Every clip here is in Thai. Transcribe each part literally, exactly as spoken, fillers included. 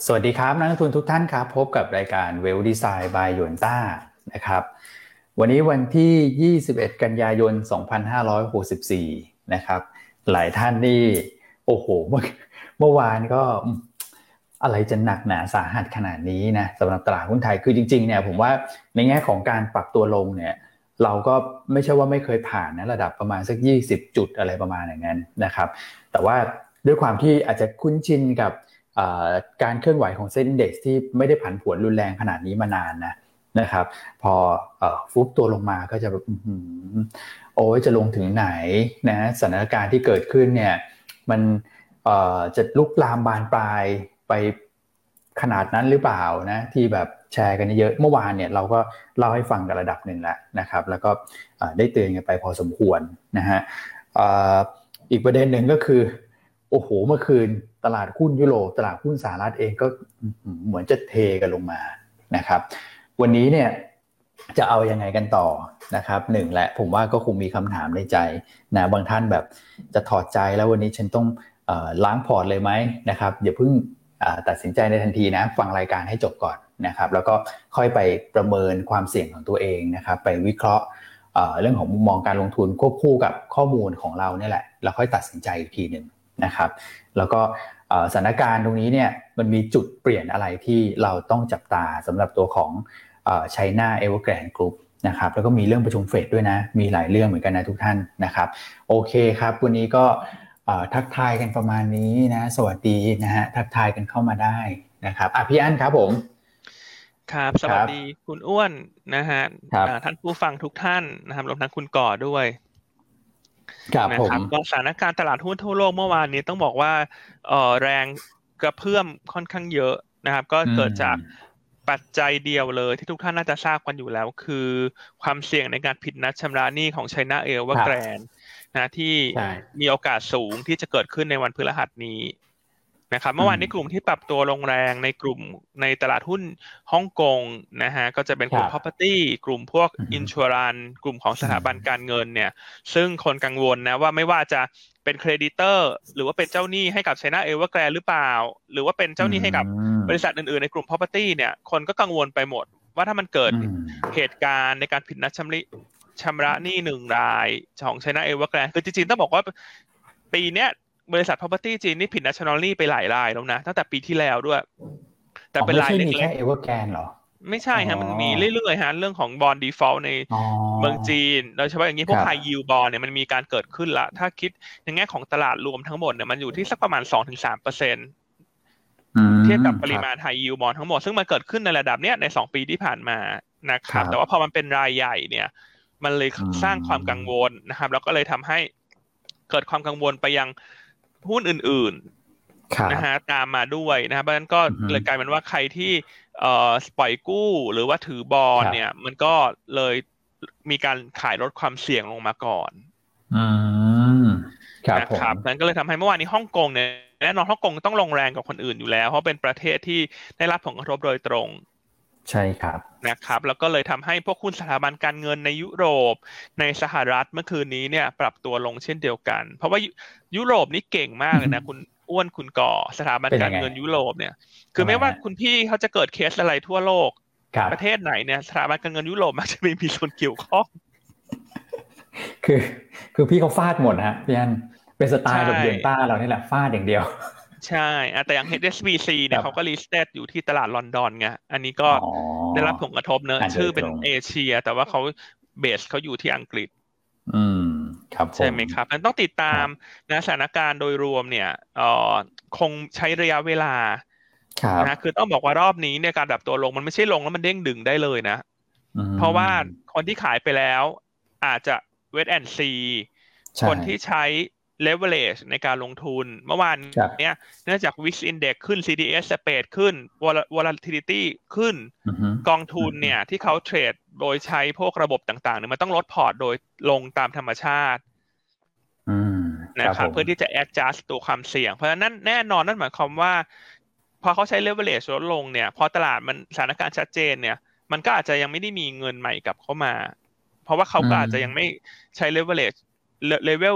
สวัสดีครับนักลงทุนทุกท่านครับพบกับรายการ Well Design by ยวนต้านะครับวันนี้วันที่ยี่สิบเอ็ดกันยายนสองพันห้าร้อยหกสิบสี่นะครับหลายท่านนี่โอ้โหเมื่อเมื่อวานก็อะไรจะหนักหนาสาหัสขนาดนี้นะสำหรับตลาดหุ้นไทยคือจริงๆเนี่ยผมว่าในแง่ของการปรับตัวลงเนี่ยเราก็ไม่ใช่ว่าไม่เคยผ่านนะระดับประมาณสักยี่สิบจุดอะไรประมาณอย่างนั้นนะครับแต่ว่าด้วยความที่อาจจะคุ้นชินกับการเคลื่อนไหวของเซ็นดี เอ็กซ์ ที่ไม่ได้ผันผวนรุนแรงขนาดนี้มานานนะนะครับพอฟุบตัวลงมาก็จะแบบโอ้ยจะลงถึงไหนนะสถานการณ์ที่เกิดขึ้นเนี่ยมันจะลุกลามบานปลายไปขนาดนั้นหรือเปล่านะที่แบบแชร์กันเยอะเมื่อวานเนี่ยเราก็เล่าให้ฟังกันระดับหนึ่งแล้วนะครับแล้วก็ได้เตือนกันไปพอสมควรนะฮะอีกประเด็นหนึ่งก็คือโอ้โหเมื่อคืนตลาดหุ้นยุโรปตลาดหุ้นสหรัฐเองก็เหมือนจะเทกันลงมานะครับวันนี้เนี่ยจะเอายังไงกันต่อนะครับหนึ่งแหละผมว่าก็คงมีคำถามในใจนะบางท่านแบบจะถอดใจแล้ววันนี้ฉันต้องเอ่อล้างพอร์ตเลยไหมนะครับอย่าเพิ่งตัดสินใจในทันทีนะฟังรายการให้จบก่อนนะครับแล้วก็ค่อยไปประเมินความเสี่ยงของตัวเองนะครับไปวิเคราะห์เอ่อเรื่องของมุมมองการลงทุนควบคู่กับข้อมูลของเราเนี่ยแหละแล้วค่อยตัดสินใจอีกทีนึงนะครับแล้วก็สถานการณ์ตรงนี้เนี่ยมันมีจุดเปลี่ยนอะไรที่เราต้องจับตาสำหรับตัวของ China Evergrande Group นะครับแล้วก็มีเรื่องประชุมเฟดด้วยนะมีหลายเรื่องเหมือนกันนะทุกท่านนะครับโอเคครับวันนี้ก็ทักทายกันประมาณนี้นะสวัสดีนะฮะทักทายกันเข้ามาได้นะครับอ่ะพี่อั้นครับผมครับสวัสดีคุณอ้วนนะฮะท่านผู้ฟังทุกท่านนะครับรวมทั้งคุณก่อด้วยนะครับก็สถานการณ์ตลาดหุ้นทั่วโลกเมื่อวานนี้ต้องบอกว่าเอ่อแรงกระเพื่อมค่อนข้างเยอะนะครับก็เกิดจากปัจจัยเดียวเลยที่ทุกท่านน่าจะทราบกันอยู่แล้วคือความเสี่ยงในการผิดนัดชำระหนี้ของ China Evergrande นะที่มีโอกาสสูงที่จะเกิดขึ้นในวันพฤหัสนี้นะครับเมื่อวานนี้กลุ่มที่ปรับตัวลงแรงในกลุ่มในตลาดหุ้นฮ่องกงนะฮะก็จะเป็นกลุ่ม property กลุ่มพวก insurance กลุ่มของสถาบันการเงินเนี่ยซึ่งคนกังวลนะว่าไม่ว่าจะเป็นเครดิเตอร์หรือว่าเป็นเจ้าหนี้ให้กับ China Evergrande หรือเปล่าหรือว่าเป็นเจ้าหนี้ให้กับบริษัทอื่นๆในกลุ่ม property เนี่ยคนก็กังวลไปหมดว่าถ้ามันเกิดเหตุการณ์ในการผิดนัดชำระชำระหนี้หนึ่งรายของ China Evergrande คือจริงๆต้องบอกว่าปีเนี้ยบริษัท property จีนนี่ผิด national ไปหลายรายแล้วนะตั้งแต่ปีที่แล้วด้วยแต่เป็นรายเล็กๆไม่ใช่มีแค่ Evergrande หรอไม่ใช่ฮะมันมีเรื่อยๆฮะเรื่องของ bond default ในเมืองจีนโดยเฉพาะอย่างนี้พวก high yield bond เนี่ยมันมีการเกิดขึ้นละถ้าคิดในแง่ของตลาดรวมทั้งหมดเนี่ยมันอยู่ที่สักประมาณ สองถึงสามเปอร์เซ็นต์ เทียบกับปริมาณ high yield bond ทั้งหมดซึ่งมันเกิดขึ้นในระดับเนี้ยในสองปีที่ผ่านมานะครับแต่ว่าพอมันเป็นรายใหญ่เนี่ยมันเลยสร้างความกังวลนะครับแล้วก็เลยทำให้เกิดความกังวลไปยังหุ้นอื่นๆนะฮะตามมาด้วยนะครับเพราะฉะนั้นก็เลยกลายเป็นว่าใครที่เอ่อปล่อยกู้หรือว่าถือบอลเนี่ยมันก็เลยมีการขายลดความเสี่ยงลงมาก่อนอืมครับนะครับนั้นก็เลยทำให้เมื่อวานนี้ฮ่องกงเนี่ยแน่นอนฮ่องกงต้องลงแรงกับคนอื่นอยู่แล้วเพราะเป็นประเทศที่ได้รับผลกระทบโดยตรงใช่ครับนะครับแล้วก็เลยทำให้พวกหุ้นสถาบันการเงินในยุโรปในสหรัฐเมื่อคืนนี้เนี่ยปรับตัวลงเช่นเดียวกันเพราะว่ายุโรปนี่เก่งมากเลยนะคุณอ้วนคุณก่อสถาบันการเงินยุโรปเนี่ยคือไม่ว่าคุณพี่เขาจะเกิดเคสอะไรทั่วโลกประเทศไหนเนี่ยสถาบันการเงินยุโรปมักจะไม่มีส่วนเกี่ยวข้องคือคือพี่เขาฟาดหมดฮะพี่อันเป็นสไตล์แบบเดือนต้าเรานี่แหละฟาดอย่างเดียวใช่แต่อย่าง เอช เอส บี ซี เนี่ยเขาก็ listed อยู่ที่ตลาดลอนดอนไงอันนี้ก็ได้รับผลกระทบเนอะชื่อเป็นเอเชียแต่ว่าเขาเบสเขาอยู่ที่อังกฤษอืมครับใช่ไหมครับมันต้องติดตามนะสถานการณ์โดยรวมเนี่ยเอ่อคงใช้ระยะเวลานะคือต้องบอกว่ารอบนี้เนี่ยการปรับตัวลงมันไม่ใช่ลงแล้วมันเด้งดึงได้เลยนะเพราะว่าคนที่ขายไปแล้วอาจจะ wait and see คนที่ใช้leverage ในการลงทุนเมื่อวานเนี้ยเนื่องจาก วี ไอ เอ็กซ์ Index ขึ้น ซี ดี เอส Spread ขึ้น Volatility ขึ้นกองทุนเนี่ยที่เขาเทรดโดยใช้พวกระบบต่างๆเนี่ยมันต้องลดพอร์ตโดยลงตามธรรมชาตินะครับเพื่อที่จะ adjust ตัวความเสี่ยงเพราะฉะนั้นแน่นอนนั่นหมายความว่าพอเขาใช้ leverage ลดลงเนี่ยพอตลาดมันสถานการณ์ชัดเจนเนี่ยมันก็อาจจะยังไม่ได้มีเงินใหม่กลับเข้ามาเพราะว่าเขาก็อาจจะยังไม่ใช้ leverage level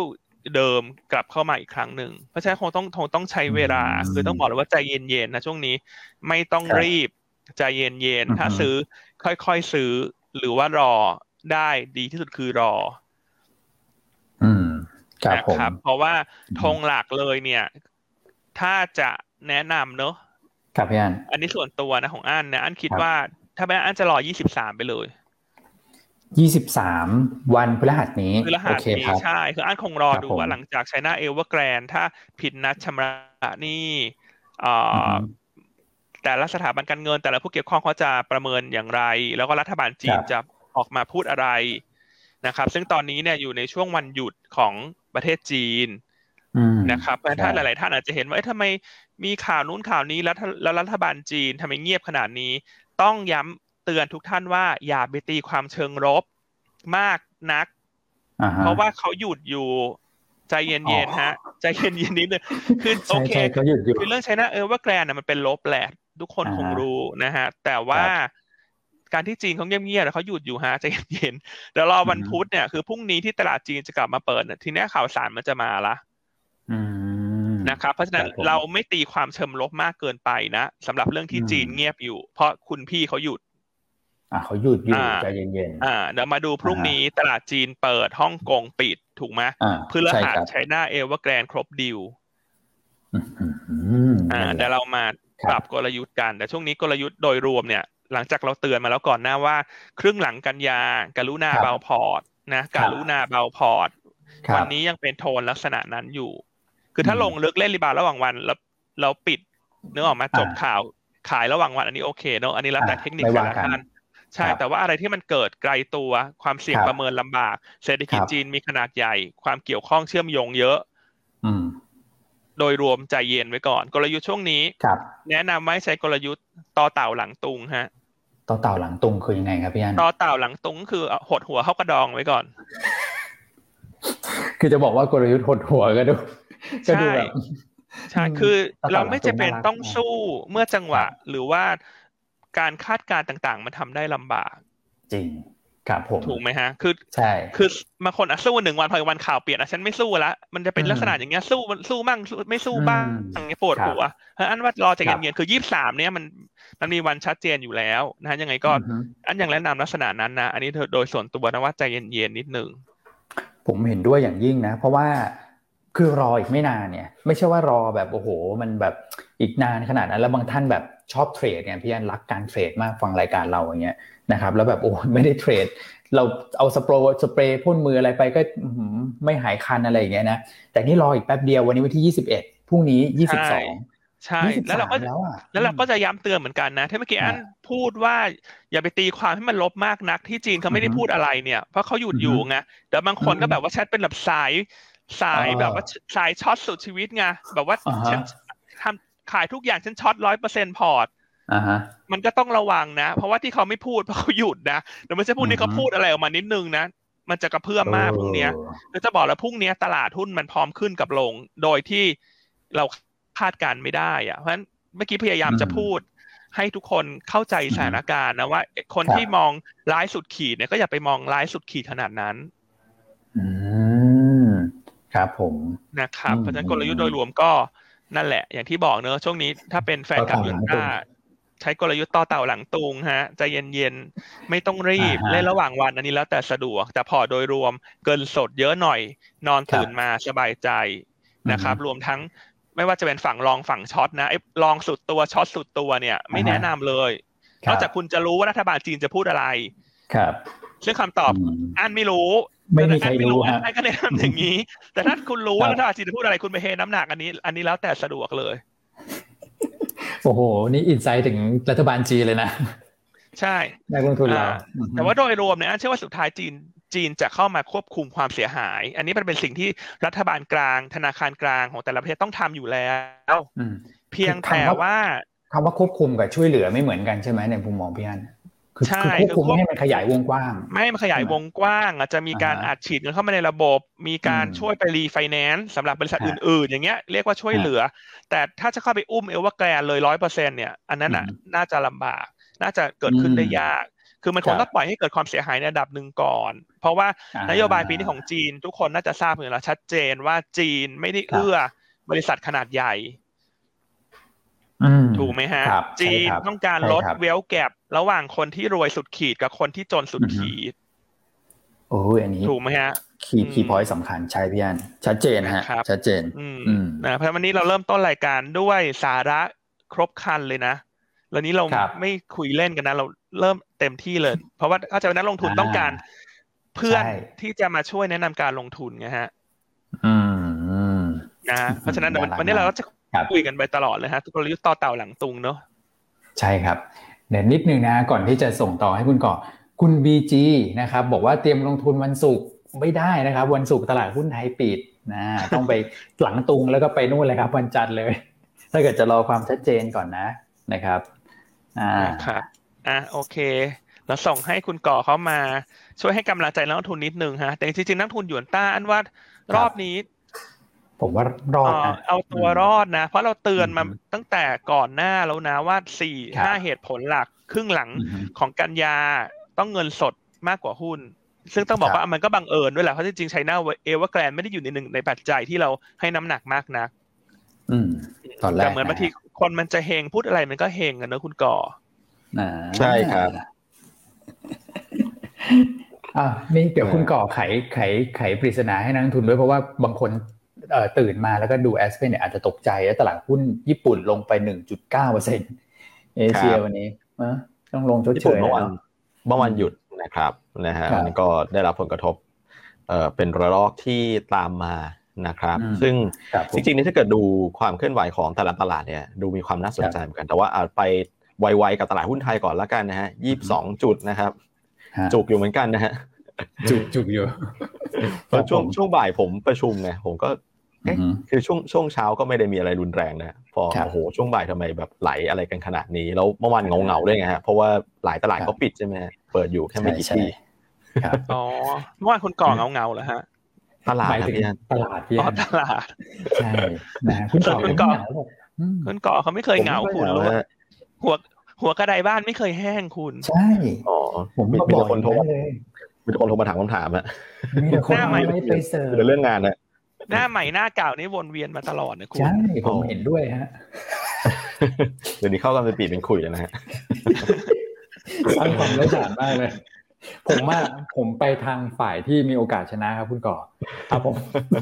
เดิมกลับเข้ามาอีกครั้งหนึ่งเพราะฉะนั้นคงต้องคงต้องใช้เวลาคือต้องบอกเลยว่าใจเย็นๆนะช่วงนี้ไม่ต้องรีบใจเย็นๆถ้าซื้อค่อยๆซื้อหรือว่ารอได้ดีที่สุดคือรออืมครับผมนะครับเพราะว่าธงหลักเลยเนี่ยถ้าจะแนะนำเนอะครับพี่อันอันนี้ส่วนตัวนะของอันนะอันคิดว่าถ้าเป็นอันจะรอยี่สิบสามไปเลยยี่สิบสามวันพฤหัสนี้พฤหัสนี้ใช่คืออันคงรอดูว่าหลังจาก China Evergrande ถ้าผิดนัดชำระหนี้อ่าแต่ละสถาบันการเงินแต่ละผู้เกี่ยวข้องเขาจะประเมินอย่างไรแล้วก็รัฐบาลจีนจะออกมาพูดอะไรนะครับซึ่งตอนนี้เนี่ยอยู่ในช่วงวันหยุดของประเทศจีนนะครับเพราะถ้าหลายๆท่านอาจจะเห็นว่าเอ๊ะทำไมมีข่าวนู้นข่าวนี้แล้วแล้วรัฐบาลจีนทำไมเงียบขนาดนี้ต้องย้ำเตือนทุกท่านว่าอย่าไปตีความเชิงลบมากนัก uh-huh. เพราะว่าเขาหยุดอยู่ใจเย็นๆ oh. ฮะใจเย็นๆนิดนึงคือโอเคคือเรื่อง China Evergrande น่ะมันเป็นลบแหละทุกคน uh-huh. คงรู้นะฮะแต่ว่าการที่จีนเขาเงียบๆแล้วเขาหยุดอยู่ฮะใจเย็นๆเดี๋ยวรอวัน uh-huh. พุธเนี่ยคือพรุ่งนี้ที่ตลาดจีนจะกลับมาเปิดทีนี้ข่าวสารมันจะมาละ uh-huh. นะครับเพราะฉะนั้นเราไม่ตีความเชิงลบมากเกินไปนะสำหรับเรื่องที่ uh-huh. จีนเงียบอยู่เพราะคุณพี่เขาหยุดอ่าเขาหยุดอยู่ใจเย็นๆอ่าเดี๋ยวมาดูพรุ่งนี้ตลาดจีนเปิดฮ่องกงปิดถูกไหมพฤหัส China Evergrande ครบดีลอ่าเดี๋ยวเรามาปรับกลยุทธ์กันแต่ช่วงนี้กลยุทธ์โดยรวมเนี่ยหลังจากเราเตือนมาแล้วก่อนหน้าว่าครึ่งหลังกันยากรุณาเบาพอร์ตนะกรุณาเบาพอร์ตวันนี้ยังเป็นโทนลักษณะนั้นอยู่คือถ้าลงลึกเล่นรีบาวระหว่างวันแล้วเราปิดนึกออกมาจบข่าวขายระหว่างวันอันนี้โอเคเนอะอันนี้แล้วแต่เทคนิคแต่ละท่านใช่แต่ว่าอะไรที่มันเกิดไกลตัวความเสี่ยงประเมินลำบากเศรษฐกิจจีนมีขนาดใหญ่ความเกี่ยวข้องเชื่อมโยงเยอะโดยรวมใจเย็นไว้ก่อนกลยุทธ์ช่วงนี้แนะนำไว้ใช้กลยุทธ์ต่อเต่าหลังตุงฮะต่อเต่าหลังตุงคือยังไงครับพี่อันต่อเต่าหลังตุงคือหดหัวเข้ากระดองไว้ก่อนคือจะบอกว่ากลยุทธ์หดหัวก็ดูก็ดูแบบใช่คือเราไม่จำเป็นต้องสู้เมื่อจังหวะหรือว่าการคาดการณ์ต่างๆมันทำได้ลำบากจริงครับผมถูกไหมฮะคือใช่คือบางคนอ่ะสู้หนึ่งวันพอวันข่าวเปลี่ยนอ่ะฉันไม่สู้ละมันจะเป็นลักษณะอย่างเงี้ยสู้สู้บ้างไม่สู้บ้างอย่างเงี้ยปวดหัวเพราะอันว่ารอใจเย็นๆคือยี่สิบสามเนี่ยมันมันมีวันชัดเจนอยู่แล้วนะฮะยังไงก็อันอย่างแนะนำลักษณะนั้นนะอันนี้โดยส่วนตัวนะว่าใจเย็นๆนิดนึงผมเห็นด้วยอย่างยิ่งนะเพราะว่าคือรออีกไม่นานเนี่ยไม่ใช่ว่ารอแบบโอ้โหมันแบบอีกนานขนาดนั้นแล้วบางท่านแบบชอบเทรดเนี่ยพี่อันรักการเทรดมากฟังรายการเราอย่างเงี้ยนะครับแล้วแบบโอ้ไม่ได้เทรดเราเอาสเปรย์สเปรย์พ่นมืออะไรไปก็ไม่หายคันอะไรอย่างเงี้ยนะแต่นี่รออีกแป๊บเดียววันนี้วันที่ยี่สิบเอ็ดพรุ่งนี้ยี่สิบสองใช่แล้วเราก็แล้วเราก็จะย้ำเตือนเหมือนกันนะที่เมื่อกี้อันพูดว่าอย่าไปตีความให้มันลบมากนักที่จีนเขาไม่ได้พูดอะไรเนี่ยเพราะเขาหยุดอยู่ไงแต่บางคนก็แบบว่าแชทเป็นแบบสายสายแบบว่าสายช็อตสุดชีวิตไงแบบว่าฉันทำขายทุกอย่างฉันช็อตร้อยเปอร์เซ็นต์พอร์ตมันก็ต้องระวังนะเพราะว่าที่เขาไม่พูดเพราะเขาหยุดนะแต่ไม่ใช่พรุ่งนี้เขาพูดอะไรออกมานิดนึงนะมันจะกระเพื่อมมากพรุ่งนี้ก็จะบอกแล้วพรุ่งนี้ตลาดหุ้นมันพร้อมขึ้นกับลงโดยที่เราคาดการไม่ได้อะเพราะฉะนั้นเมื่อกี้พยายามจะพูดให้ทุกคนเข้าใจสถานการณ์นะว่าคนที่มองร้ายสุดขีดเนี่ยก็อย่าไปมองร้ายสุดขีดขนาดนั้นอืมครับผมนะครับเพราะฉะนั้นกลยุทธ์โดยรวมก็นั่นแหละอย่างที่บอกเนอะช่วงนี้ถ้าเป็นแฟนคลับยูนต้าใช้กลยุทธ์ต่อเต่าหลังตุงฮะใจเย็นๆไม่ต้องรีบเล่นระหว่างวันอันนี้แล้วแต่สะดวกแต่พอโดยรวมเกินสดเยอะหน่อยนอนตื่นมาสบายใจนะครับรวมทั้งไม่ว่าจะเป็นฝั่งลองฝั่งช็อตนะไอ้ลองสุดตัวช็อตสุดตัวเนี่ยไม่แนะนำเลยนอกจากคุณจะรู้ว่ารัฐบาลจีนจะพูดอะไรครับซึ่งคำตอบอันไม่รู้ไม่มีใครรู้ฮะอันก็แนะนำอย่างนี้แต่ถ้าคุณรู้ว่ารัฐบาลจีนจะพูดอะไรคุณไปเทน้ำหนักอันนี้อันนี้แล้วแต่สะดวกเลยโอ้โหนี่อินไซต์ถึงรัฐบาลจีนเลยนะใช่นักลงทุนเราแต่ว่าโดยรวมเนี่ยอันเชื่อว่าสุดท้ายจีนจีนจะเข้ามาควบคุมความเสียหายอันนี้มันเป็นสิ่งที่รัฐบาลกลางธนาคารกลางของแต่ละประเทศต้องทำอยู่แล้วเพียงแต่ว่าคำว่าควบคุมกับช่วยเหลือไม่เหมือนกันใช่ไหมในมุมมองพี่อันคือควบคุมไม่ให้มันขยายวงกว้างไม่ให้มันขยายวงกว้างอาจจะมีการอัดฉีดเงินเข้ามาในระบบมีการช่วยไปรีไฟแนนซ์สำหรับบริษัทอื่นๆอย่างเงี้ยเรียกว่าช่วยเหลือแต่ถ้าจะเข้าไปอุ้มเอเวอร์แกรนด์เลย ร้อยเปอร์เซ็นต์ เนี่ยอันนั้นน่ะน่าจะลำบากน่าจะเกิดขึ้นได้ยากคือมันคงต้องปล่อยให้เกิดความเสียหายในระดับหนึ่งก่อนเพราะว่านโยบายปีนี้ของจีนทุกคนน่าจะทราบอยู่แล้วชัดเจนว่าจีนไม่ได้เอื้อบริษัทขนาดใหญ่ถูกไหมฮะจีนต้องการลดเวลแกประหว่างคนที่รวยสุดขีดกับคนที่จนสุดขีดโอ้ยอันนี้ถูกไหมฮะคีย์คีย์พอยต์สำคัญใช่พี่อันชัดเจนฮะชัดเจนอืมนะเพราะวันนี้เราเริ่มต้นรายการด้วยสาระครบครันเลยนะแล้วนี้เราไม่คุยเล่นกันนะเราเริ่มเต็มที่เลยเพราะว่าเข้าใจว่านักลงทุนต้องการเพื่อนที่จะมาช่วยแนะนำการลงทุนไงฮะอืมนะเพราะฉะนั้นวันนี้เราก็จะคุยกันไปตลอดเลยฮะทุกกลยุทธ์ต่อเต่าหลังตุงเนาะใช่ครับเดี๋ยวนิดนึงนะก่อนที่จะส่งต่อให้คุณก่อคุณ บี จี นะครับบอกว่าเตรียมลงทุนวันศุกร์ไม่ได้นะครับวันศุกร์ตลาดหุ้นไทยปิดนะต้องไปหลังตุงแล้วก็ไปนู่นเลยครับวันจันทร์เลยถ้าเกิดจะรอความชัดเจนก่อนนะนะครับอ่าครับอ่ะโอเคแล้วส่งให้คุณก่อเขามาช่วยให้กำลังใจนักลงทุนนิดนึงฮะแต่จริงๆนักทุนหยวนต้าอันว่ารอบนี้ผมว่ารอดนะเอาตัวรอดนะเพราะเราเตือนมาตั้งแต่ก่อนหน้าแล้วนะว่า สี่ห้า เหตุผลหลักครึ่งหลังของกันยาต้องเงินสดมากกว่าหุ้นซึ่งต้องบอกว่ามันก็บังเอิญด้วยแหละเพราะจริงๆไชน่าเอเวอร์แกรนด์ไม่ได้อยู่ในหนึ่งในปัจจัยที่เราให้น้ำหนักมากนักอืมตอนแรกแต่เหมือนบางทีคนมันจะเฮงพูดอะไรมันก็เฮงกันเนอะคุณก่อใช่ครับอ่านี่เดี๋ยวคุณก่อไขไขไขปริศนาให้นักลงทุนด้วยเพราะว่าบางคนเอ่อตื่นมาแล้วก็ดู Aspen เนี่ยอาจจะตกใจแล้วตลาดหุ้นญี่ปุ่นลงไป หนึ่งจุดเก้าเปอร์เซ็นต์ เอเชียวันนี้นะต้องลงชดเชยเมื่อวันเมื่อวันหยุดนะครับนะฮะมันก็ได้รับผลกระทบเอ่อเป็นระลอกที่ตามมานะครับซึ่งจริงๆนี่ถ้าเกิดดูความเคลื่อนไหวของแต่ละตลาดเนี่ยดูมีความน่าสนใจเหมือนกันแต่ว่าอาจไปไวๆกับตลาดหุ้นไทยก่อนละกันนะฮะยี่สิบสองจุดนะครับจุกอยู่เหมือนกันนะฮะจุกจุกอยู่ตอนช่วงช่วงบ่ายผมประชุมไงผมก็เอ๊ะคือช่วงช่วงเช้าก็ไม่ได้มีอะไรรุนแรงนะพอโอ้โหช่วงบ่ายทำไมแบบไหลอะไรกันขนาดนี้แล้วเมื่อวานเงาๆด้วยไงฮะเพราะว่าหลายตลาดก็ปิดใช่ไหมเปิดอยู่แค่ไม่กี่ที่อ๋อเมื่อวานคุณก่อเงาๆเหรอฮะตลาดพี่ตลาดพี่อ๋อตลาดใช่นะคุณก่อคุณก่อคุณก่อเขาไม่เคยเหงาคุณหัวหัวกระไดบ้านไม่เคยแห้งคุณใช่อ๋อผมก็บอกคนโทรมาเลยมีคนโทรมาถามคำถามอะมีแต่คนไม่ไปเสิร์ฟเรื่องงานนะหน้าใหม่หน้าเก่านี่วนเวียนมาตลอดนะคุณใช่ผมเห็นด้วยฮะเดี๋ยวนี้เข้ากันเป็นปีเป็นคุยแล้วนะฮะสร้างความร้าวฉานมากเลยผมว่าผมไปทางฝ่ายที่มีโอกาสชนะครับคุณก่อครับผม